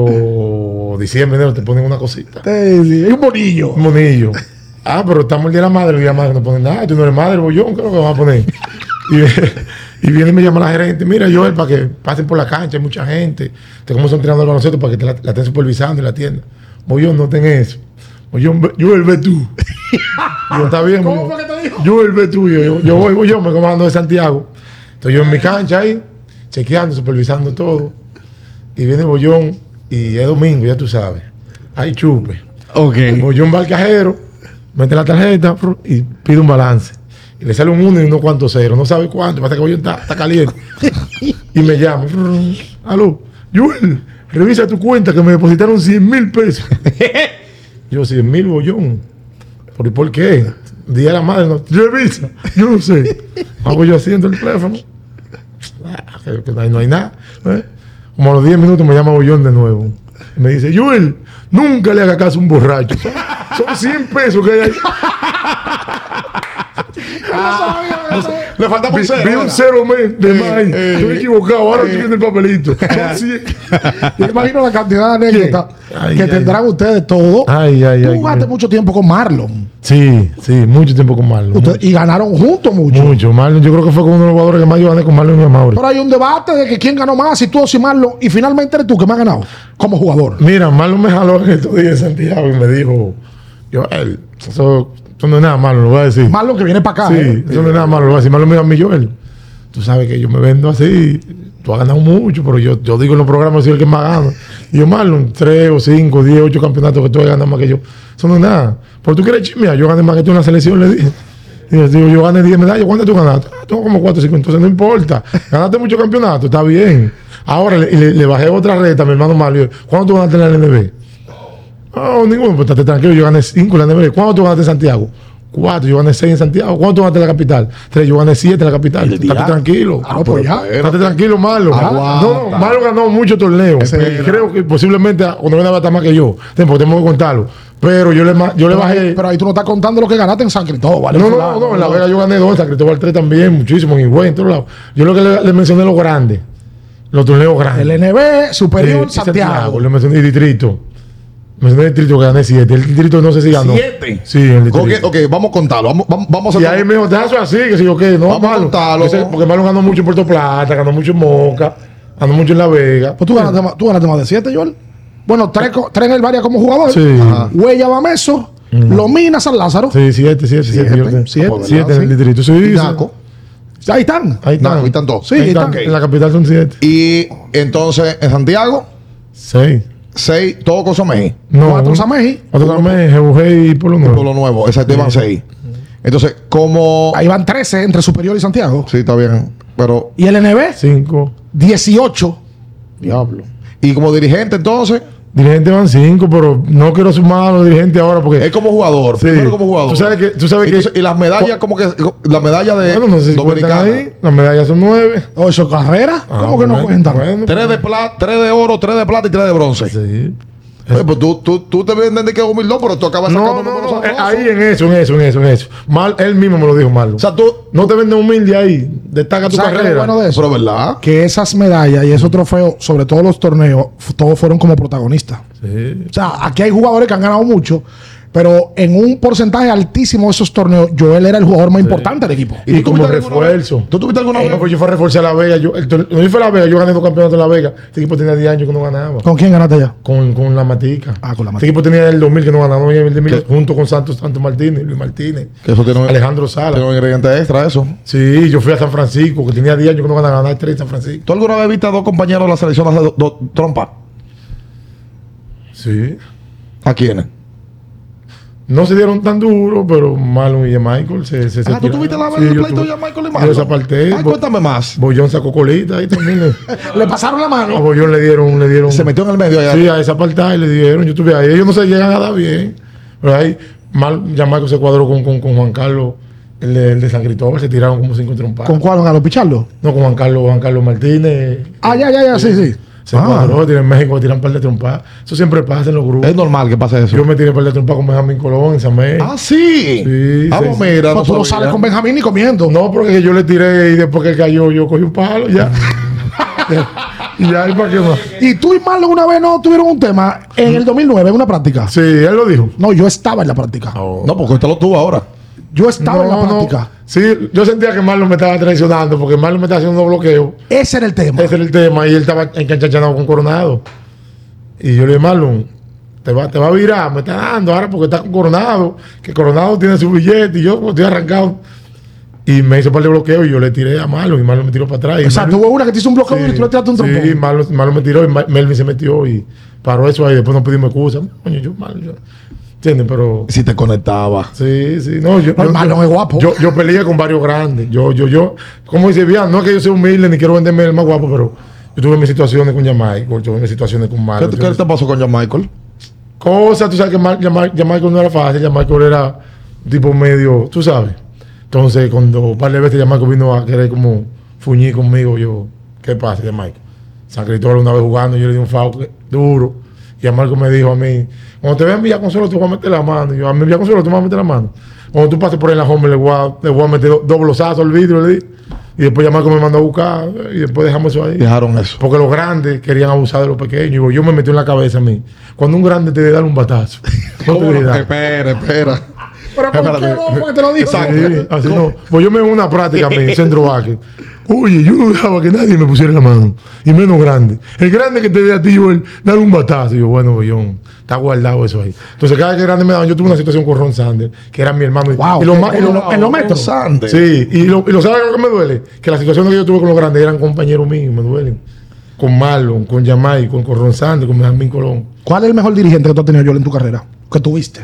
o diciembre, enero, te ponen una cosita. Sí, es un monillo. Un monillo. Pero estamos el Día de la Madre, el Día de la Madre no ponen nada. Tú no eres madre, Bollón, ¿qué es lo que vas a poner? Y viene y me llama la gerente, mira Joel, para que pasen por la cancha, hay mucha gente, te cómo están tirando el baloncesto para que te la estén supervisando en la tienda. Bollón, no ten eso. Joel, ve tú. Y yo, está bien. ¿Cómo fue que te dijo? Joel, ve tú. Yo voy, Bollón, me comando de Santiago. Estoy yo en mi cancha ahí, chequeando, supervisando todo. Y viene Bollón, y es domingo, ya tú sabes. Hay chupe. Ok. Bollón va al cajero, mete la tarjeta y pide un balance. Y le sale un 1 y unos cuantos ceros. No sabe cuánto, pasa que Bollón está caliente. Y me llama. Aló, Joel, revisa tu cuenta que me depositaron 100,000 pesos. Yo, 100,000, Bollón. ¿Por qué? Día de la madre, no. Revisa. Yo no sé. Hago yo haciendo el teléfono. Que no hay nada. Como a los 10 minutos me llama Bollón de nuevo. Y me dice, Joel, nunca le haga caso a un borracho. Son 100 pesos que hay ahí. Le falta un cero. Vi un cero de más ahí. Estoy equivocado. Ahora estoy viendo el papelito. Son 100. Yo imagino la cantidad de anécdotas que tendrán ustedes todos. Tú jugaste mucho tiempo con Marlon. Sí, mucho tiempo con Marlon. Y ganaron juntos mucho. Mucho. Marlon, yo creo que fue como uno de los jugadores que más yo gané con Marlon y Amaury. Pero hay un debate de que quién ganó más, si tú o si Marlon. Y finalmente eres tú que me has ganado como jugador. Mira, Marlon me jaló en estos días en Santiago y me dijo, Joel, eso no es nada malo, lo voy a decir. Marlon que viene para acá. Sí, eso no es nada malo, lo voy a decir. Marlon me dijo a mí, Joel, tú sabes que yo me vendo así, tú has ganado mucho, pero yo digo en los programas, soy el que más gano. Y yo, Marlon, 3 o 5, 10, 8 campeonatos que tú has ganado más que yo, eso no es nada. Pero tú quieres chismear, yo gané más que tú en la selección, le dije. Y yo digo, yo gané 10 medallas, ¿cuántas tú ganaste? Tengo como 4 o 5, entonces no importa. Ganaste muchos campeonatos, está bien. Ahora le bajé otra reta a mi hermano Mario. ¿Cuándo tú ganaste en la LNB? No, ninguno, pues estate tranquilo, yo gané 5 en la LNB. ¿Cuándo tú ganaste en Santiago? 4, yo gané 6 en Santiago. ¿Cuánto ganaste en la capital? 3, yo gané 7 en la capital. Estate tranquilo. Pues ya. Estate tranquilo, Marlon. No, Marlon ganó muchos torneos. Creo que posiblemente cuando viene a batar más que yo. Porque tengo que contarlo. Pero yo le bajé. Pero ahí tú no estás contando lo que ganaste en San Cristóbal. No, en La Vega yo gané 2, en San Cristóbal 3 también, muchísimo, en Higüey, en todos lados. Yo lo que le mencioné los grandes. Los torneos grandes. El NB, Superior, Santiago. Le mencioné el distrito. Mencioné el distrito que gané 7. El distrito no sé si ganó. 7. Sí, el distrito. Ok, vamos a contarlo. Vamos a y ahí me dijo, deja eso así, que si yo qué, no, vamos a contarlo. Porque Marlon ganó mucho en Puerto Plata, ganó mucho en Moca, ganó mucho en La Vega. Pues tú ganaste más de 7, Joel. Bueno, 3 en el Varia como jugador. Sí. Huella Bameso, Lomina, San Lázaro. Sí, 7 en el distrito. Sí, Ahí están. Ahí están 2. Sí, ahí están. En la capital son 7. Y entonces en Santiago, 6, todo con Sameji. No, 4 Sameji. 4 Sameji, Jebujey y Pueblo Nuevo. Pueblo Nuevo, exacto, iban 6. Entonces, como. Ahí van 13 entre Superior y Santiago. Sí, está bien. Pero. ¿Y el NB? 5. 18. Diablo. Y como dirigente, entonces. Dirigentes van 5, pero no quiero sumar a los dirigentes ahora porque. Es como jugador. Sí. Primero como jugador. Tú sabes que. Y las medallas, como que. La medalla de. Bueno, no sé si dominicana. ahí. Las medallas son 9. ¿O eso carrera? ¿Cómo que no cuentan? Bueno. 3 de plata, 3 de oro, 3 de plata y 3 de bronce. Sí. Pues tú te vendes de que es humildad, pero tú acabas sacando números sabrosos. Ahí en eso. Él mismo me lo dijo Marlon. O sea, tú. No te vendes humilde ahí. Destaca tu ¿Sabes qué es lo carrera. bueno de eso? Pero verdad. Que esas medallas y esos trofeos, sobre todo los torneos, todos fueron como protagonistas. Sí. O sea, aquí hay jugadores que han ganado mucho, pero en un porcentaje altísimo de esos torneos, Joel era el jugador más importante del equipo. Y tú como tuviste alguna refuerzo. vez? ¿Tú tuviste alguna vez? Pues yo fui a reforzar a La Vega. Yo fui a La Vega, yo gané 2 campeonatos en La Vega. Este equipo tenía 10 años que no ganaba. ¿Con quién ganaste allá? Con la Matica. Con la Matica. Este equipo tenía el 2000 que no ganaba, junto con Santos Martínez, Luis Martínez, Que eso tiene Alejandro Sala. Tiene un ingrediente extra, eso. Sí, yo fui a San Francisco, que tenía 10 años que no ganaba, ganar 3 en San Francisco. ¿Tú alguna vez viste a 2 compañeros de la selección hacer trompa? Sí. ¿A quiénes? No se dieron tan duro, pero Marlon y Michael se ¿tú tiraron. tuviste la vez Sí, del yo pleito tuve- de Michael y Yo Marlon? esa parte. Ay, cuéntame más. Bollón sacó colita ahí también. Le pasaron la A mano. Bollón le dieron. Se metió en el medio allá. Sí, a esa parte ahí le dieron. Yo estuve ahí. Ellos no se llegan a dar bien. Pero ahí, ya Michael se cuadró con Juan Carlos, el de San Cristóbal. Se tiraron como 5 trompadas. ¿Con cuál? ¿A los picharlos? No, con Juan Carlos Martínez. Ya, sí. Se cuadró, tiran en México, tiran un par de trompadas. Eso siempre pasa en los grupos. Es normal que pase eso. Yo me tiré un par de trompadas con Benjamín Colón en San Miguel. Ah, sí. Sí, Vamos, sí. mira. Pues tú no sabía. sales con Benjamín ni comiendo. No, porque yo le tiré y después que él cayó, yo cogí un palo ya. Y ya, ¿y para qué más? Y tú y Marlon una vez no tuvieron un tema en el 2009, en una práctica. Sí, él lo dijo. No, yo estaba en la práctica. No, porque usted lo tuvo ahora. Yo estaba en la práctica. Sí, yo sentía que Marlon me estaba traicionando porque Marlon me estaba haciendo unos bloqueos. Ese era el tema. Ese era el tema y él estaba encanchanado con Coronado. Y yo le dije, Marlon, te va a virar, me está dando ahora porque está con Coronado, que Coronado tiene su billete y yo pues, estoy arrancado. Y me hizo un par de bloqueos y yo le tiré a Marlon y Marlon me tiró para atrás. O sea, tuvo una que te hizo un bloqueo y tú le tiraste un trompón. Sí, Marlon me tiró y Melvin se metió y paró eso ahí. Después nos pedimos excusa. Coño, yo, Marlon, ¿entiendes? Pero... Si te conectaba. Sí. No, Marlon es guapo. Yo peleé con varios grandes. Como dice bien, no es que yo sea humilde ni quiero venderme el más guapo, pero yo tuve mis situaciones con Jamaica, tuve mis situaciones con Marlon. ¿Qué te pasó con John Michael? Cosas, tú sabes que Jamaica no era fácil. Jamaica era tipo medio, tú sabes. Entonces, cuando un par de veces Jamaica vino a querer como fuñir conmigo, yo, ¿qué pasa, Jamaica? San Cristóbal una vez jugando, yo le di un foul duro. Y Jamaica me dijo a mí, cuando te vean Villaconsuelo, te voy a meter la mano. Y yo, a mí Villaconsuelo, te voy a meter la mano. Cuando tú pases por ahí en la home, le voy a meter dos blosazos al vidrio, le di. Y después Jamaica me mandó a buscar y después dejamos eso ahí. Dejaron eso. Porque los grandes querían abusar de los pequeños. Y yo me metí en la cabeza a mí. Cuando un grande te debe dar un batazo. No te debe dar. Espera. Pero ¿por qué no? Porque te lo dijo. Sí, así no. Pues yo me hago una práctica a mí, centro baque. Oye, yo no dejaba que nadie me pusiera la mano. Y menos grande. El grande que te dé a ti, yo, dar un batazo. Y yo, bueno, bollón, está guardado eso ahí. Entonces, cada vez que grande me daban, yo tuve una situación con Ron Sanders, que era mi hermano. Wow. Y ¿En los metros? Sanders. Sí, y lo sabes lo que me duele. Que las situaciones que yo tuve con los grandes eran compañeros míos, me duelen. Con Marlon, con Jamaica, con Ron Sanders, con Benjamín Colón. ¿Cuál es el mejor dirigente que tú has tenido, Joel, en tu carrera? Que tuviste.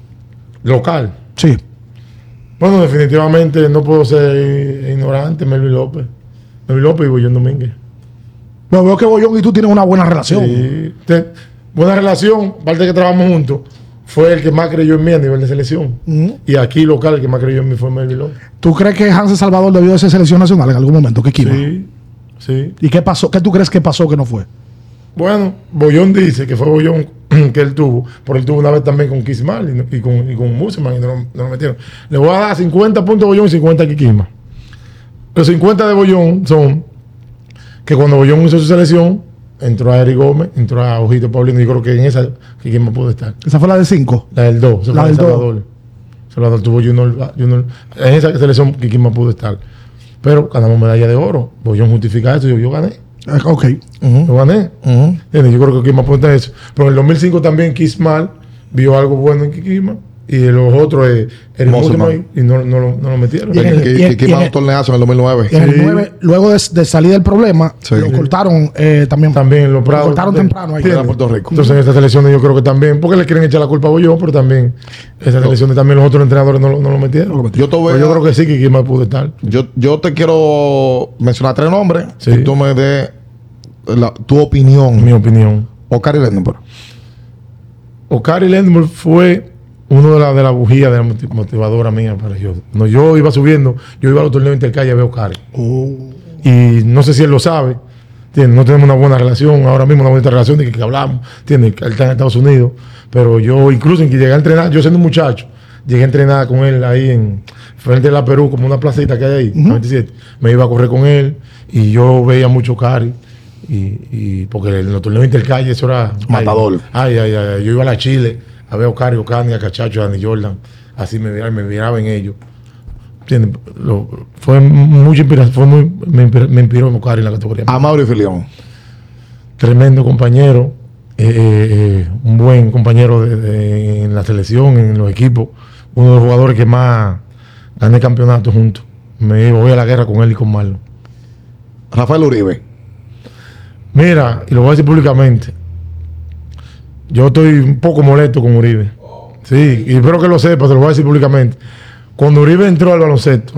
Local. Sí. Bueno, definitivamente no puedo ser ignorante. Melvin López y Bollón Domínguez. Pero veo que Bollón y tú tienen una buena relación. Sí. Buena relación, aparte de que trabajamos juntos. Fue el que más creyó en mí a nivel de selección. Y aquí local el que más creyó en mí fue Melvin López. ¿Tú crees que Hansel Salvador debió de ser selección nacional en algún momento? ¿Qué equipo? Sí. ¿Y qué pasó? ¿Qué tú crees que pasó que no fue? Bueno, Bollón dice que fue Bollón que él tuvo, pero él tuvo una vez también con Kismal y con Museman y no lo metieron. Le voy a dar 50 puntos a Bollón y 50 a Kikima. Los 50 de Bollón son que cuando Bollón hizo su selección, entró a Eric Gómez, entró a Ojito Paulino, y creo que en esa Kikima pudo estar. ¿Esa fue la de 5? La del 2, La del 2. Salvador tuvo Junior. En esa selección Kikima pudo estar. Pero ganamos medalla de oro. Bollón justifica eso y yo gané. Ok. Lo gané. ¿Entiendes? Yo creo que Kikima apunta a eso. Pero en el 2005 también Kismal vio algo bueno en Kikima. Y los otros, el Museman, y no lo metieron. Kikima un torneazo en el 2009. Y en el 9, luego de salir del problema, lo cortaron también. También lo cortaron temprano ahí. En Puerto Rico. Entonces en estas selecciones yo creo que también, porque le quieren echar la culpa a Bollón, pero también esas selecciones también los otros entrenadores no lo metieron. Yo creo que sí que Kikima pudo estar. Yo te quiero mencionar 3 nombres Sí. y tú me des tu opinión. Mi opinión. Ocari Lendenberg. Ocari Lendenberg fue uno de la bujía de la motivadora mía para yo. Cuando yo iba subiendo, yo iba a los torneos intercalle a ver a Ocari. Y no sé si él lo sabe. ¿Entiendes? No tenemos una buena relación, ahora mismo una buena relación de que hablamos. ¿Entiendes? Él está en Estados Unidos. Pero yo, incluso en que llegué a entrenar, yo siendo un muchacho, llegué a entrenar con él ahí en frente de la Perú, como una placita que hay ahí, 97. Me iba a correr con él y yo veía mucho Ocari. Y porque en los torneos intercalle eso era Matador. Ay. Yo iba a la Chile a ver a Ocari, Ocani, a Cachacho, a Danny Jordan. Así me miraba en ellos. ¿Entiendes? Fue mucha inspiración. Me inspiró Ocari en la categoría. A Mauri Filión. Tremendo compañero. Un buen compañero en la selección, en los equipos. Uno de los jugadores que más gané campeonatos juntos. Me voy a la guerra con él y con Marlon. Rafael Uribe. Mira, y lo voy a decir públicamente. Yo estoy un poco molesto con Uribe. Sí, y espero que lo sepa, te lo voy a decir públicamente. Cuando Uribe entró al baloncesto,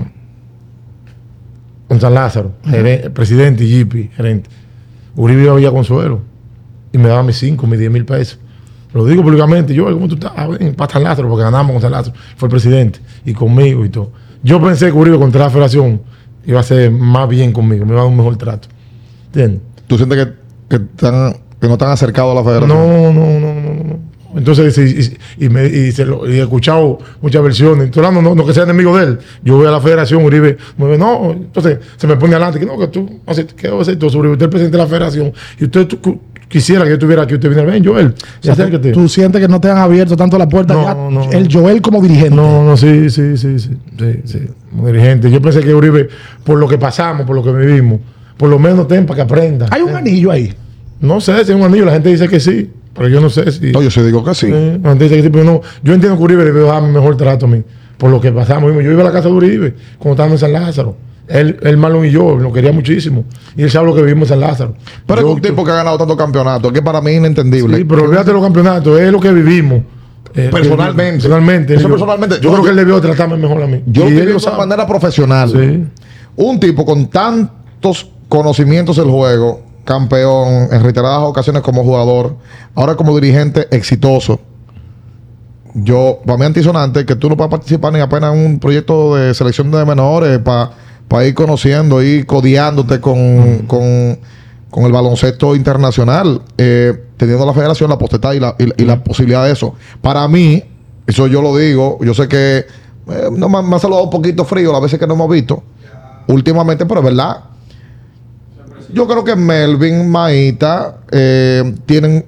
con San Lázaro, presidente y GP, gerente, Uribe iba a Villa Consuelo y me daba mis 5, mis 10 mil pesos. Lo digo públicamente, yo, ¿cómo tú estás? Ven, para San Lázaro, porque ganamos con San Lázaro. Fue el presidente y conmigo y todo. Yo pensé que Uribe contra la federación iba a ser más bien conmigo, me iba a dar un mejor trato. ¿Entiendes? ¿Tú sientes que no están acercados a la federación? No. Entonces, y he escuchado muchas versiones. Estoy hablando, no que sea enemigo de él. Yo voy a la federación, Uribe me dice, no, entonces se me pone adelante, que no, que tú, ¿qué va a hacer tú? Uribe, usted es el presidente de la federación, y usted quisiera que yo estuviera aquí, usted viene, ven, Joel, acércate. ¿Tú sientes que no te han abierto tanto la puerta No. el Joel como dirigente? Sí. Como dirigente. Yo pensé que Uribe, por lo que pasamos, por lo que vivimos, por lo menos ten para que aprenda. ¿Hay un anillo ahí? No sé si es un anillo, la gente dice que sí, pero yo no sé si. No, yo sí digo que sí. La gente dice que sí, pero no. Yo entiendo que Uribe le da mejor trato a mí, por lo que pasamos. Yo iba a la casa de Uribe cuando estábamos en San Lázaro. Él Marlon y yo lo quería muchísimo. Y él sabe lo que vivimos en San Lázaro. Pero es un tipo que ha ganado tantos campeonatos, que para mí es inentendible. Sí, pero olvídate de los campeonatos, es lo que vivimos. Personalmente. Yo Yo creo que él debió tratarme mejor a mí. Yo lo Y viví él lo de sabe. manera profesional. Sí. Un tipo con tantos conocimientos del juego, campeón en reiteradas ocasiones como jugador, ahora como dirigente exitoso. Para mí es antisonante que tú no puedas participar ni apenas en un proyecto de selección de menores para ir conociendo, ir codeándote con el baloncesto internacional, teniendo la federación la potestad y la posibilidad de eso. Para mí, eso yo lo digo, yo sé que no, me ha saludado un poquito frío las veces que no hemos visto últimamente, pero es verdad. Yo creo que Melvin, Maíta, tienen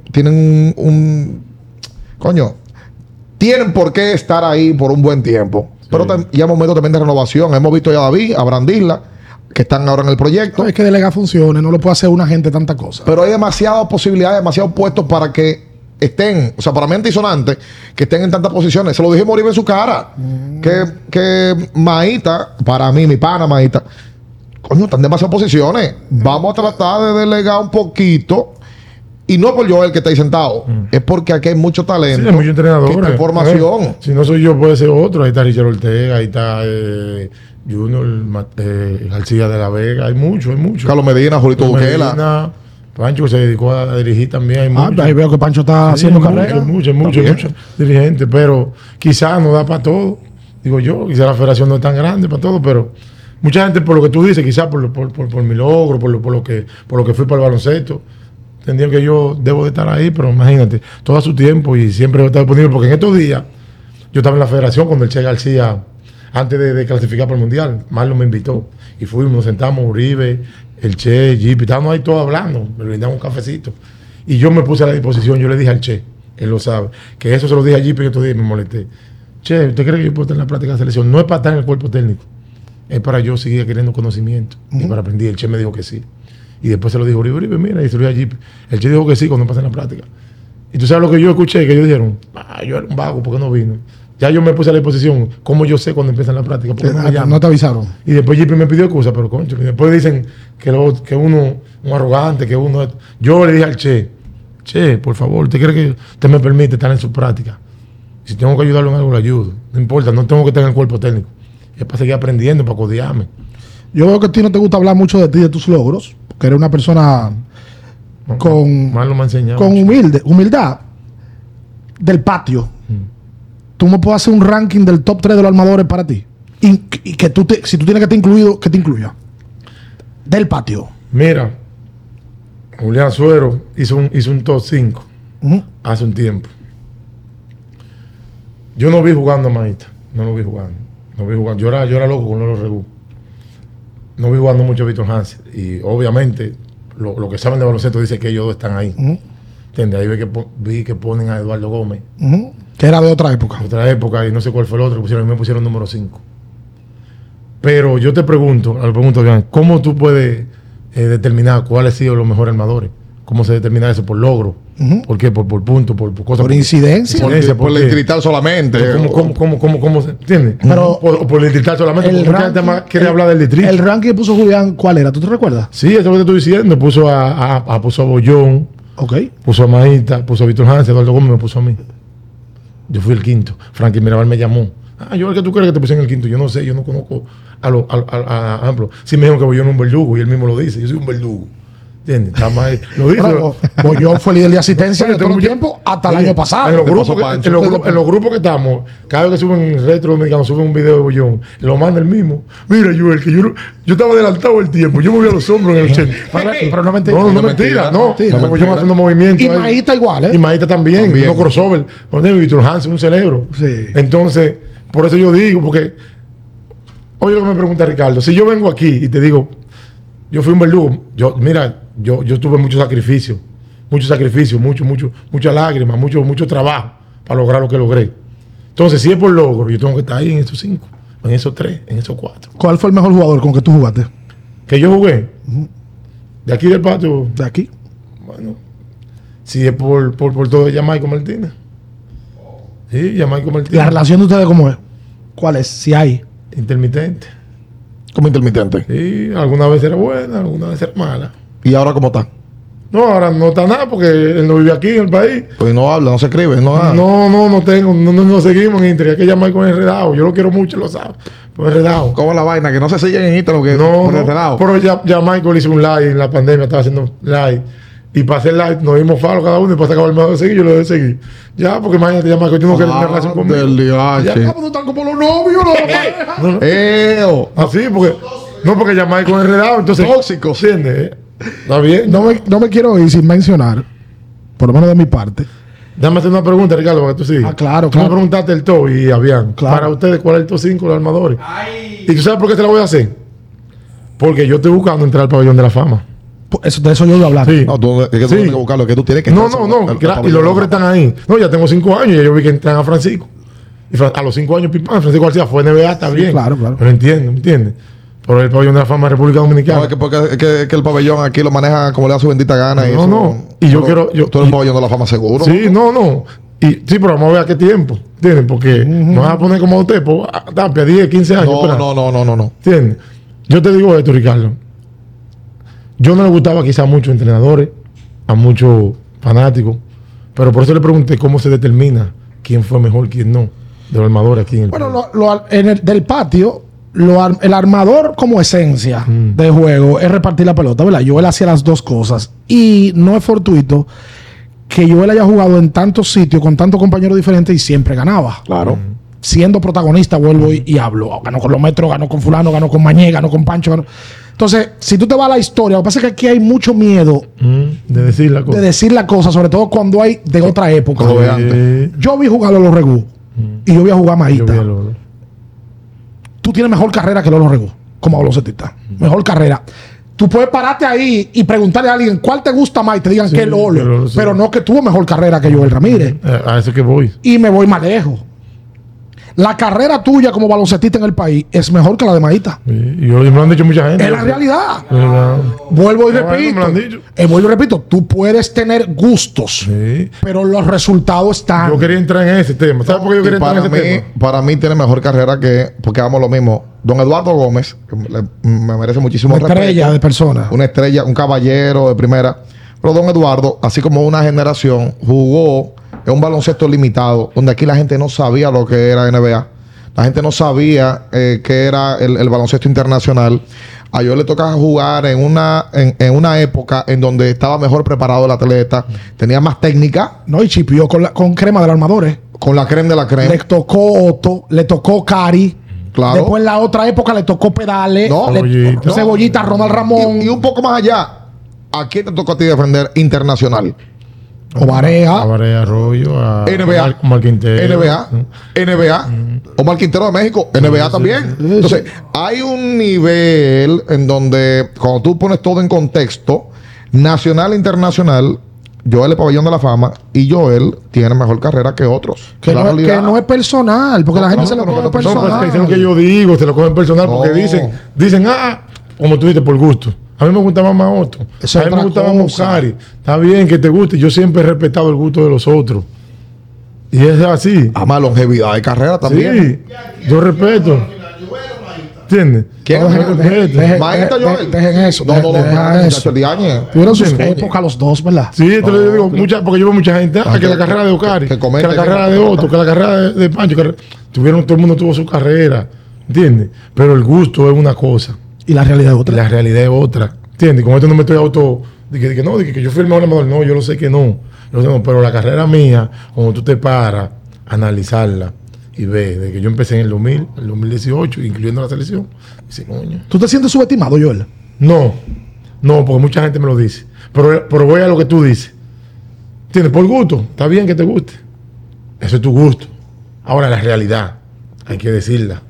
tienen por qué estar ahí por un buen tiempo. Sí. Pero ya es momento también de renovación. Hemos visto ya a David, a Brandisla, que están ahora en el proyecto. No, es que delegar funciones, no lo puede hacer una gente tanta cosa. Pero hay demasiadas posibilidades, demasiados puestos para que estén, o sea, para mí antisonante, que estén en tantas posiciones. Se lo dije Uribe en su cara. Que Maíta, para mí, mi pana Maíta, coño, están demasiadas posiciones. Vamos a tratar de delegar un poquito. Y no por Joel que está ahí sentado, es porque aquí hay mucho talento. Sí, hay muchos entrenadores. Formación. Si no soy yo, puede ser otro. Ahí está Richard Ortega, ahí está Junior García de la Vega. Hay mucho. Carlos Medina, Julito Duquela. Pancho, que se dedicó a dirigir también. Hay mucho. Ahí veo que Pancho está haciendo carrera. Mucho dirigentes, pero quizás no da para todo. Digo yo, quizás la federación no es tan grande para todo, pero mucha gente, por lo que tú dices, quizás por mi logro, por lo que fui para el baloncesto, entendieron que yo debo de estar ahí, pero imagínate, todo a su tiempo y siempre voy a estar disponible, porque en estos días yo estaba en la federación cuando el Che García, antes de clasificar para el Mundial, Marlon me invitó y fuimos, nos sentamos, Uribe, el Che, Jeep, estábamos ahí todos hablando, me brindamos un cafecito y yo me puse a la disposición, yo le dije al Che, él lo sabe, que eso se lo dije a Jeep y estos días me molesté. Che, ¿usted cree que yo puedo estar en la práctica de selección? No es para estar en el cuerpo técnico, es para yo seguir adquiriendo conocimiento y para aprender. El Che me dijo que sí. Y después se lo dijo Uribe, mira, y se lo dijo a Jeep. El Che dijo que sí cuando pasé en la práctica. Y tú sabes lo que yo escuché, que ellos dijeron, yo era un vago, ¿por qué no vino? Ya yo me puse a la disposición, ¿cómo yo sé cuando empiezan la práctica? ¿Por qué no me llaman? No te avisaron. Y después Jeep me pidió excusa, pero concho, y después dicen que uno, un arrogante, que uno... Yo le dije al Che, por favor, ¿usted cree que usted me permite estar en su práctica? Si tengo que ayudarlo en algo, le ayudo. No importa, no tengo que estar en el cuerpo técnico. Es para seguir aprendiendo, para codearme. Yo veo que a ti no te gusta hablar mucho de ti, de tus logros, que eres una persona con humildad del patio. Tú me puedes hacer un ranking del top 3 de los armadores para ti. Y que si tú tienes que te incluido, que te incluya. Del patio. Mira, Julián Suero hizo un top 5 hace un tiempo. Yo no vi jugando a Maíta. No lo vi jugando. Yo era loco con los Regú. No vi jugando mucho a Víctor Hansen. Y obviamente, lo que saben de baloncesto dice que ellos dos están ahí. ¿Entiendes? Ahí vi que ponen a Eduardo Gómez. Que era de otra época. Y no sé cuál fue el otro que me pusieron número 5. Pero yo te pregunto, ¿cómo tú puedes determinar cuáles han sido los mejores armadores? ¿Cómo se determina eso? ¿Por logro? ¿Por qué? ¿Por punto? ¿Por cosas? ¿Por incidencia? Por el distrital solamente. ¿Cómo se entiende? Pero por el distrital solamente. ¿Por qué gente más quiere hablar del distrito? El ranking que puso Julián, ¿cuál era? ¿Tú te recuerdas? Sí, eso es lo que te estoy diciendo. Puso a Bollón. Okay. Puso a Maíta, puso a Víctor Hansen, Eduardo Gómez me puso a mí. Yo fui el quinto. Frankie Mirabal me llamó. Yo, ¿qué tú crees que te puse en el quinto? Yo no sé, yo no conozco a ejemplo. Sí me dijeron que Bollón es un verdugo y él mismo lo dice. Yo soy un verdugo. ¿Entiendes? Estamos ahí. Lo dice. Bueno, Bollón fue líder de asistencia Oye, de todo el tengo tiempo hasta el Oye, año pasado. En los, ¿Qué grupos pasó, que, Pancho? en los grupos que estamos, cada vez que suben en Retro Dominicano, suben un video de Bollón, lo manda el mismo. Mira, Joel, que yo estaba adelantado el tiempo, yo movía los hombros en el 80. Pero no mentira. No, mentira, no. mentira. No, Bollón haciendo movimientos. Y ahí. Maíta igual, ¿eh? Y Maíta también, no crossover. Con Víctor Hansen, un cerebro. Sí. Entonces, por eso yo digo, porque, oye lo que me pregunta Ricardo, si yo vengo aquí y te digo, yo fui un verdugo, mira, yo tuve mucho sacrificio, muchas lágrimas, mucho trabajo para lograr lo que logré. Entonces, si es por logro, yo tengo que estar ahí en esos 5, en esos 3, en esos 4. ¿Cuál fue el mejor jugador con que tú jugaste? Que yo jugué, de aquí del patio, De aquí. bueno, si es por todo de Jamaica Martínez. Sí, Jamaica Martínez. ¿La relación de ustedes cómo es? ¿Cuál es? Si hay. Intermitente. Como intermitente. Sí, alguna vez era buena, alguna vez era mala. ¿Y ahora cómo está? No, ahora no está nada porque él no vive aquí en el país. Pues no habla, no se escribe, no nada. No tengo, no seguimos en Inter. Hay que llamar con enredado. Yo lo quiero mucho, lo sabe. Con enredado. ¿Cómo es la vaina? Que no se siguen en Instagram, que por ese lado. Pero ya Michael hizo un live en la pandemia, estaba haciendo live. Y para hacer live nos dimos falo cada uno y para acabar el medio de seguir, yo lo de seguir. Ya, porque imagínate, ya Michael, tú no quieres tener relación conmigo. Del Ya, DH. Ah, pues están como los novios, los Así, porque ya Michael es enredado, entonces. Tóxicos. ¿Entiendes? Está bien. No me quiero ir sin mencionar, por lo menos de mi parte. Déjame hacer una pregunta, Ricardo, para que tú sigas. Ah, claro, Tú me claro. preguntaste el top y Avian. Claro. Para ustedes, ¿cuál es el top 5 de los armadores? ¿Y tú sabes por qué te la voy a hacer? Porque yo estoy buscando entrar al pabellón de la fama. De eso yo voy a hablar. Sí. No, es que tú Sí. tienes que buscarlo, es que tú tienes que No, entrar y los logros están ahí. No, ya tengo 5 años y ya yo vi que entran a Francisco. Y a los 5 años, Pipán, Francisco García fue NBA, está Sí, bien. claro. Pero entiende, ¿me entiendes? Por el pabellón de la fama de República Dominicana. No, es que el pabellón aquí lo maneja como le da su bendita gana. Y No, eso, no. Y yo quiero- Tú eres un pabellón de la fama seguro. Sí, no. Y sí, pero vamos a ver a qué tiempo. ¿Entiendes? Porque no vas a poner como usted, pues, Tapia, 10, 15 años. No, espera. no. ¿Entiendes? Yo te digo esto, Ricardo. Yo no le gustaba quizá a muchos entrenadores, a muchos fanáticos, pero por eso le pregunté cómo se determina quién fue mejor, quién no, de los armadores aquí en el Bueno, país. del patio, el armador como esencia de juego es repartir la pelota, ¿verdad? Joel hacía las dos cosas. Y no es fortuito que Joel haya jugado en tantos sitios con tantos compañeros diferentes y siempre ganaba. Claro. Siendo protagonista, vuelvo y hablo. Ganó con los metros, ganó con fulano, ganó con Mañé, ganó con Pancho. Entonces, si tú te vas a la historia, lo que pasa es que aquí hay mucho miedo De decir la cosa. de decir la cosa, sobre todo cuando hay de otra época. Como de antes. Yo vi jugar a Lolo Regú y yo vi a jugar a Yo Maíta. vi a Lolo. Tú tienes mejor carrera que Lolo Regú, como baloncelista. Mejor carrera. Tú puedes pararte ahí y preguntarle a alguien cuál te gusta más y te digan Sí, que Lolo, que Lolo, sí. pero no que tuvo mejor carrera que Joel Ramírez. A eso que voy. Y me voy más lejos. La carrera tuya como baloncestista en el país es mejor que la de Maíta. Sí, y me lo han dicho mucha gente. Es la realidad. ¿Verdad? Vuelvo y No, me lo han repito. dicho. Vuelvo y repito. Tú puedes tener gustos, Sí. pero los resultados están. Yo quería entrar en ese tema. ¿Sabes por qué yo quería Y entrar en ese tema? para mí tiene mejor carrera que, porque hagamos lo mismo. Don Eduardo Gómez, que me merece muchísimo Una estrella respeto. de persona. Una estrella, un caballero de primera. Pero don Eduardo, así como una generación, jugó en un baloncesto limitado, donde aquí la gente no sabía lo que era NBA. La gente no sabía qué era el baloncesto internacional. A yo le tocaba jugar en una época en donde estaba mejor preparado el atleta, tenía más técnica, No, y chipió con crema de los armadores. con la crema de la crema. Le tocó Otto, le tocó Cari. Claro. Después en la otra época le tocó Pedales, No. Cebollita. Cebollita, Ronald Ramón, Y un poco más allá, ¿a quién te tocó a ti defender internacional? A Ovarea. Barea Arroyo, a NBA. Omar Quintero. NBA. Omar Quintero de México, NBA también. sí. Entonces, hay un nivel en donde, cuando tú pones todo en contexto, nacional e internacional, Joel es pabellón de la fama y Joel tiene mejor carrera que otros. Que La no, realidad. que no es personal, porque la gente no, se lo no, coge no, No, pero es personal. que es lo que yo digo, se lo cogen personal porque No. dicen, como tú dices, por gusto. A mí me gustaba más Otto. Eso A es mí me otra gustaba cosa. Moscari. Está bien que te guste. Yo siempre he respetado el gusto de los otros. Y es así. Ama longevidad de carrera también. Sí, yo respeto. ¿Entiendes? ¿Quién? Yo respeto. Maíta Joel. Dejen eso. No, deja eso. muchacho, el Diagne. Tuvieron sus Sí. épocas los dos, ¿verdad? Sí, te lo digo, porque yo veo mucha gente, que la carrera de Ocari, que que comenta la y carrera que- de Otto, que la carrera de Pancho, todo el mundo tuvo su carrera, ¿entiendes? Pero el gusto es una cosa Y la realidad es y otra. la realidad es otra, ¿entiendes? Con esto no me estoy de que yo fui el mejor embajador. No, yo lo sé que no. Yo sé no, pero la carrera mía, cuando tú te paras a analizarla y ves, de que yo empecé en el 2000, el 2018, incluyendo la selección, dice, coño. ¿Tú te sientes subestimado, Joel? No, porque mucha gente me lo dice. Pero voy a lo que tú dices. ¿Entiendes? Por gusto, está bien que te guste. Eso es tu gusto. Ahora, la realidad, hay que decirla.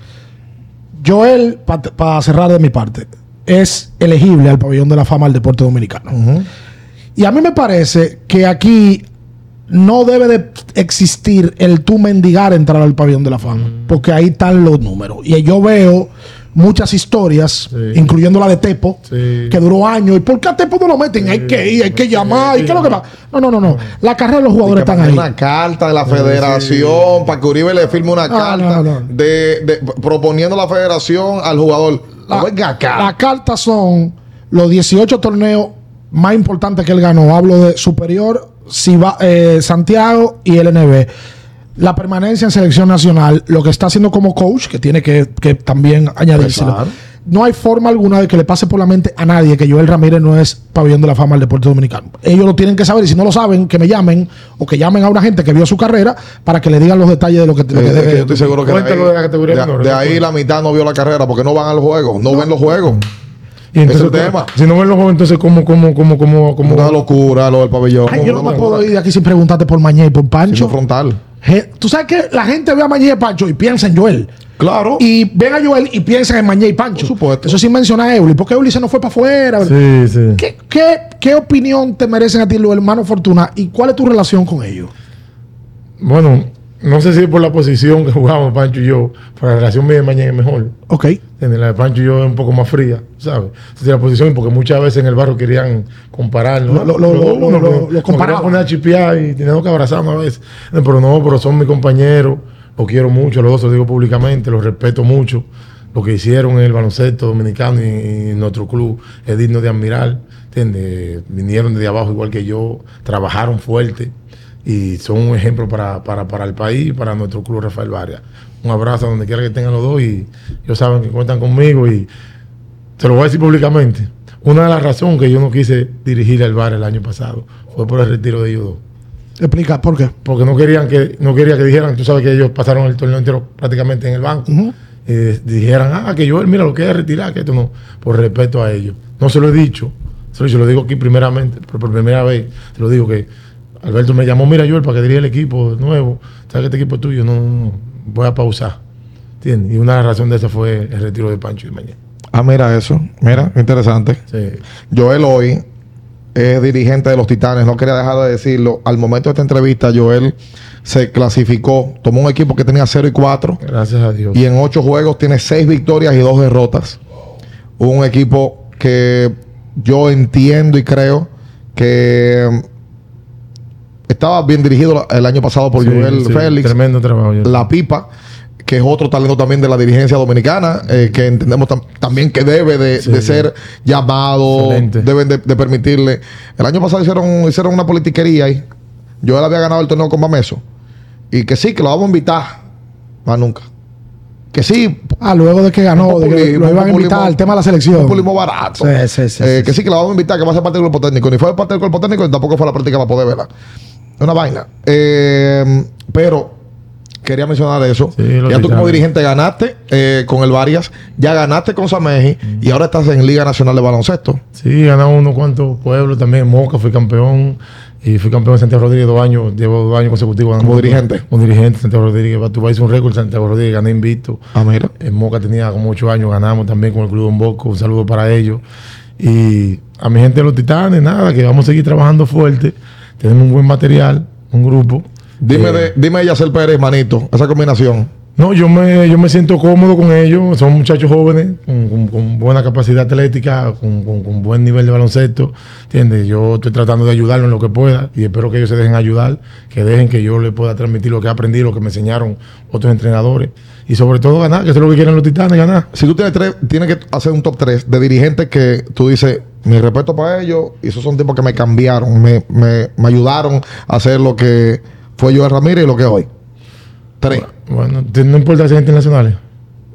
Joel, para cerrar de mi parte, es elegible al Pabellón de la Fama del Deporte Dominicano. Y a mí me parece que aquí no debe de existir el tú mendigar entrar al Pabellón de la Fama, porque ahí están los números. Y yo veo muchas historias, incluyendo la de Tepo, que duró años. ¿Y por qué a Tepo no lo meten? Hay que ir, hay que llamar. ¿Y qué es lo que va? No. La carrera de los jugadores están ahí. Una carta de la federación para que Uribe le firme una carta de proponiendo la federación al jugador. Las cartas son los 18 torneos más importantes que él ganó. Hablo de Superior, Santiago y LNB. La permanencia en selección nacional, lo que está haciendo como coach, que tiene que también añadírselo. No hay forma alguna de que le pase por la mente a nadie que Joel Ramírez no es Pabellón de la Fama del Deporte Dominicano. Ellos lo tienen que saber, y si no lo saben, que me llamen o que llamen a una gente que vio su carrera para que le digan los detalles de lo que debe. Yo estoy seguro que de ahí la mitad no vio la carrera porque no van al juego, no ven los juegos. Y entonces, ese tema. Si no ven los juegos, entonces ¿cómo? Una locura lo del pabellón. Ay, yo no me puedo ir de aquí sin preguntarte por Mañé y por Pancho. Frontal. Tú sabes que la gente ve a Mañé y Pancho y piensa en Joel. Claro. Y ven a Joel y piensan en Mañé y Pancho. Por supuesto. Eso sin mencionar a Euly, porque Euly se nos fue para afuera. Sí. ¿Qué opinión te merecen a ti los hermanos Fortuna y cuál es tu relación con ellos? Bueno, no sé si es por la posición que jugamos Pancho y yo, pero la relación mía de Mañé es mejor. Ok. La de Pancho y yo es un poco más fría, ¿sabes? Entonces la posición, porque muchas veces en el barrio querían compararlo. Lo comparaban. Poner a chipear y teníamos que abrazarnos a veces. Pero son mis compañeros, los quiero mucho, los dos los digo públicamente, los respeto mucho. Lo que hicieron en el baloncesto dominicano y en nuestro club es digno de admirar, ¿entiendes? Vinieron desde abajo igual que yo, trabajaron fuerte y son un ejemplo para el país y para nuestro club Rafael Varias. Un abrazo donde quiera que tengan los dos y ellos saben que cuentan conmigo y te lo voy a decir públicamente. Una de las razones que yo no quise dirigir al Varias el año pasado fue por el retiro de ellos dos. Explica, ¿por qué? Porque no quería que dijeran, tú sabes que ellos pasaron el torneo entero prácticamente en el banco. Dijeran, que yo, mira, lo que es retirar, que esto no, por respeto a ellos. No se lo he dicho, lo digo aquí primeramente, por primera vez, te lo digo que Alberto me llamó, mira, Joel, para que dirija el equipo de nuevo, sabes que este equipo es tuyo, no, voy a pausar, ¿entiendes? Y una de las razones de eso fue el retiro de Pancho y Mañé. Mira eso, mira, interesante. Sí. Joel hoy es dirigente de los Titanes, no quería dejar de decirlo. Al momento de esta entrevista, Joel se clasificó, tomó un equipo que tenía 0-4. Gracias a Dios. Y en 8 juegos tiene 6 victorias y 2 derrotas. Un equipo que yo entiendo y creo que estaba bien dirigido el año pasado por Joel Félix. Tremendo trabajo. La Pipa, que es otro talento también de la dirigencia dominicana, que entendemos también que debe de ser llamado, excelente. Deben de permitirle. El año pasado hicieron una politiquería ahí. Joel había ganado el torneo con Bameso. Y que sí, que lo vamos a invitar. Más nunca. Que sí. Luego de que ganó, de que lo iban a invitar al tema de la selección. Un populismo barato. Sí, que sí, que lo vamos a invitar, que va a ser parte del grupo técnico. Ni fue parte del cuerpo técnico, ni tampoco fue a la práctica para poder verla. Una vaina. Pero quería mencionar eso. Sí, ya tú como dirigente ganaste con el Varias, ya ganaste con Sameji y ahora estás en Liga Nacional de Baloncesto. Sí, ganamos unos cuantos pueblos también. Moca fui campeón y fui campeón en Santiago Rodríguez 2 años. Llevo 2 años consecutivos. ¿Como dirigente? Como dirigente, Santiago Rodríguez. Tú vas a un récord, Santiago Rodríguez, gané invicto. Mira. En Moca tenía como 8 años, ganamos también con el Club Don Bosco. Un saludo para ellos. Y a mi gente de los Titanes, nada, que vamos a seguir trabajando fuerte. Tenemos un buen material, un grupo. Dime Yacel Pérez, manito, esa combinación. No, yo me siento cómodo con ellos. Son muchachos jóvenes, con buena capacidad atlética, con buen nivel de baloncesto. ¿Entiendes? Yo estoy tratando de ayudarlos en lo que pueda y espero que ellos se dejen ayudar, que dejen que yo les pueda transmitir lo que aprendí, lo que me enseñaron otros entrenadores. Y sobre todo ganar, que eso es lo que quieren los Titanes, ganar. Si tú tienes que hacer un top 3 de dirigentes que tú dices, mi respeto para ellos, y esos son tipos que me cambiaron, me ayudaron a hacer lo que fue Joel Ramírez y lo que es hoy. 3. Bueno, no importa si es internacionales.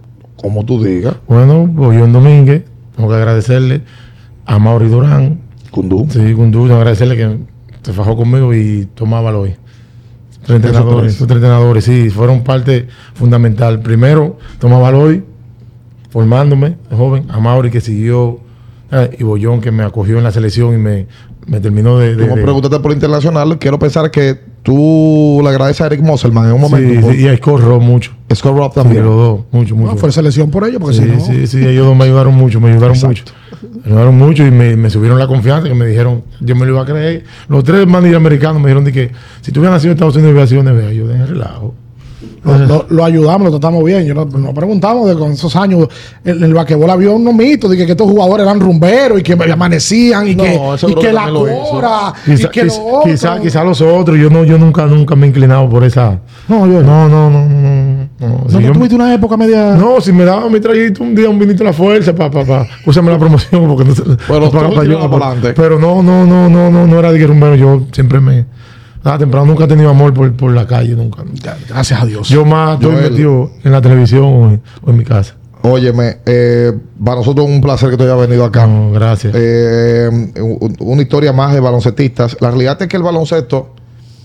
Como tú digas. Bueno, Bollón Domínguez, tengo que agradecerle a Mauri Durán, Kundú. Sí, Kundú, agradecerle que se fajó conmigo y tomaba hoy. Tres entrenadores, sí, fueron parte fundamental. Primero, tomaba hoy, formándome, joven, a Mauri que siguió, y Bollón que me acogió en la selección y me terminó Como preguntaste por internacional, quiero pensar que tú le agradeces a Eric Mosselman en un momento. Sí, y a Scott Rowe mucho. Scott Rowe también. Sí, los dos, mucho. No, fue selección por ellos, porque Sí, si no... ellos dos me ayudaron mucho. Me ayudaron mucho y me subieron la confianza, que me dijeron, yo me lo iba a creer. Los tres managers americanos me dijeron de que si tú hubieras nacido en Estados Unidos, hubiera sido NBA. Yo de relajo. Lo ayudamos, lo tratamos bien. Yo nos preguntamos de con esos años el basquetbol había unos mitos de que estos jugadores eran rumberos y que amanecían y que la cora y que lo otro. Quizá los otros. Yo nunca me he inclinado por esa. No, yo no. ¿No tuviste una época media? No, si me daba mi traguito un día, un vinito a la fuerza, úsame la promoción porque pero no era de que rumbero. Yo siempre temprano nunca he tenido amor por la calle, nunca. Gracias a Dios. Yo más estoy metido en la televisión o en mi casa. Óyeme, para nosotros es un placer que tú hayas venido acá. No, gracias. Una historia más de baloncetistas. La realidad es que el baloncesto,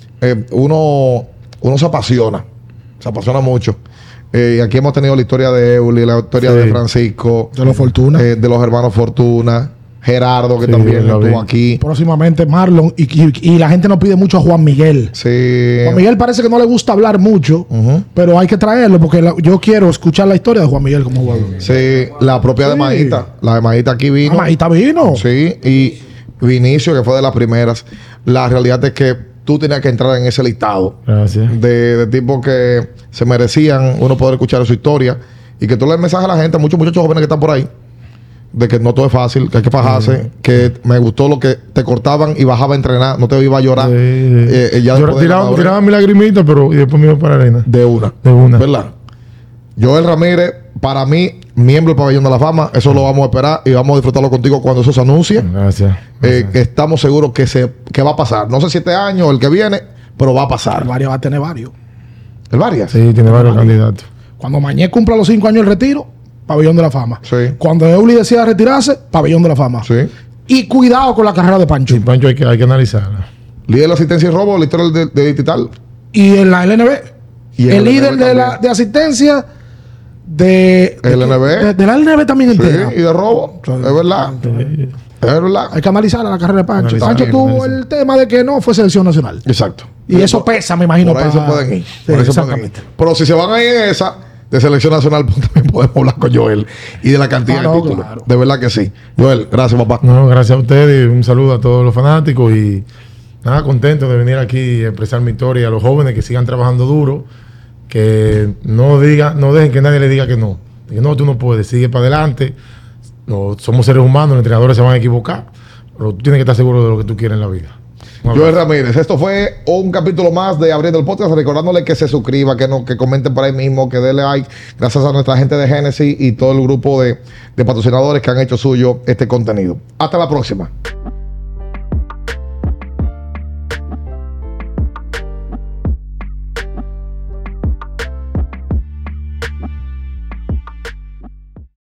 uno se apasiona mucho. Aquí hemos tenido la historia de Euli, la historia de Francisco, de los Fortuna, de los hermanos Fortuna. Gerardo, que también estuvo aquí. Próximamente Marlon. Y la gente nos pide mucho a Juan Miguel. Sí. Juan Miguel parece que no le gusta hablar mucho, pero hay que traerlo porque yo quiero escuchar la historia de Juan Miguel como jugador. Sí, la propia de Maíta. La de Maíta aquí vino. Maíta vino. Sí, y Vinicio, que fue de las primeras. La realidad es que tú tenías que entrar en ese listado. Gracias. De tipos que se merecían uno poder escuchar su historia y que tú le des mensaje a la gente, a muchos muchachos jóvenes que están por ahí, de que no todo es fácil, que hay que fajarse, que me gustó lo que te cortaban y bajaba a entrenar, no te iba a llorar. Tiraba mi lagrimita, pero y después me iba para la arena. De una. ¿Verdad? Joel Ramírez, para mí, miembro del Pabellón de la Fama, eso lo vamos a esperar y vamos a disfrutarlo contigo cuando eso se anuncie. Gracias. Estamos seguros que va a pasar. No sé si este año o el que viene, pero va a pasar. El Varias va a tener varios. ¿El Varias? Sí, tiene varios candidatos. Cuando Mañez cumpla los 5 años del retiro, Pabellón de la Fama. Sí. Cuando Euli decida retirarse, Pabellón de la Fama. Sí. Y cuidado con la carrera de Pancho. Sí, Pancho hay que analizarla. Líder de asistencia y robo, la historia de digital. Y en la LNB. El líder de asistencia de la LNB también entera. Sí, y de robo. Es verdad. Sí. Es verdad. Hay que analizar la carrera de Pancho. Pancho tuvo el tema de que no fue selección nacional. Exacto. Y eso pesa, me imagino. Por ahí se pueden ir. Sí, exactamente. Pero si se van a ir en esa de selección nacional, pues también podemos hablar con Joel y de la cantidad de títulos. Claro. De verdad que sí. Joel, gracias, papá. No, gracias a ustedes. Un saludo a todos los fanáticos y nada, contento de venir aquí y expresar mi historia a los jóvenes que sigan trabajando duro, que no dejen que nadie les diga que no. Que no, tú no puedes, sigue para adelante. No, somos seres humanos, los entrenadores se van a equivocar, pero tú tienes que estar seguro de lo que tú quieres en la vida. Joel Ramírez, esto fue un capítulo más de Abriendo el Podcast, recordándole que se suscriba, que comenten por ahí mismo, que denle like, gracias a nuestra gente de Genesis y todo el grupo de patrocinadores que han hecho suyo este contenido. Hasta la próxima.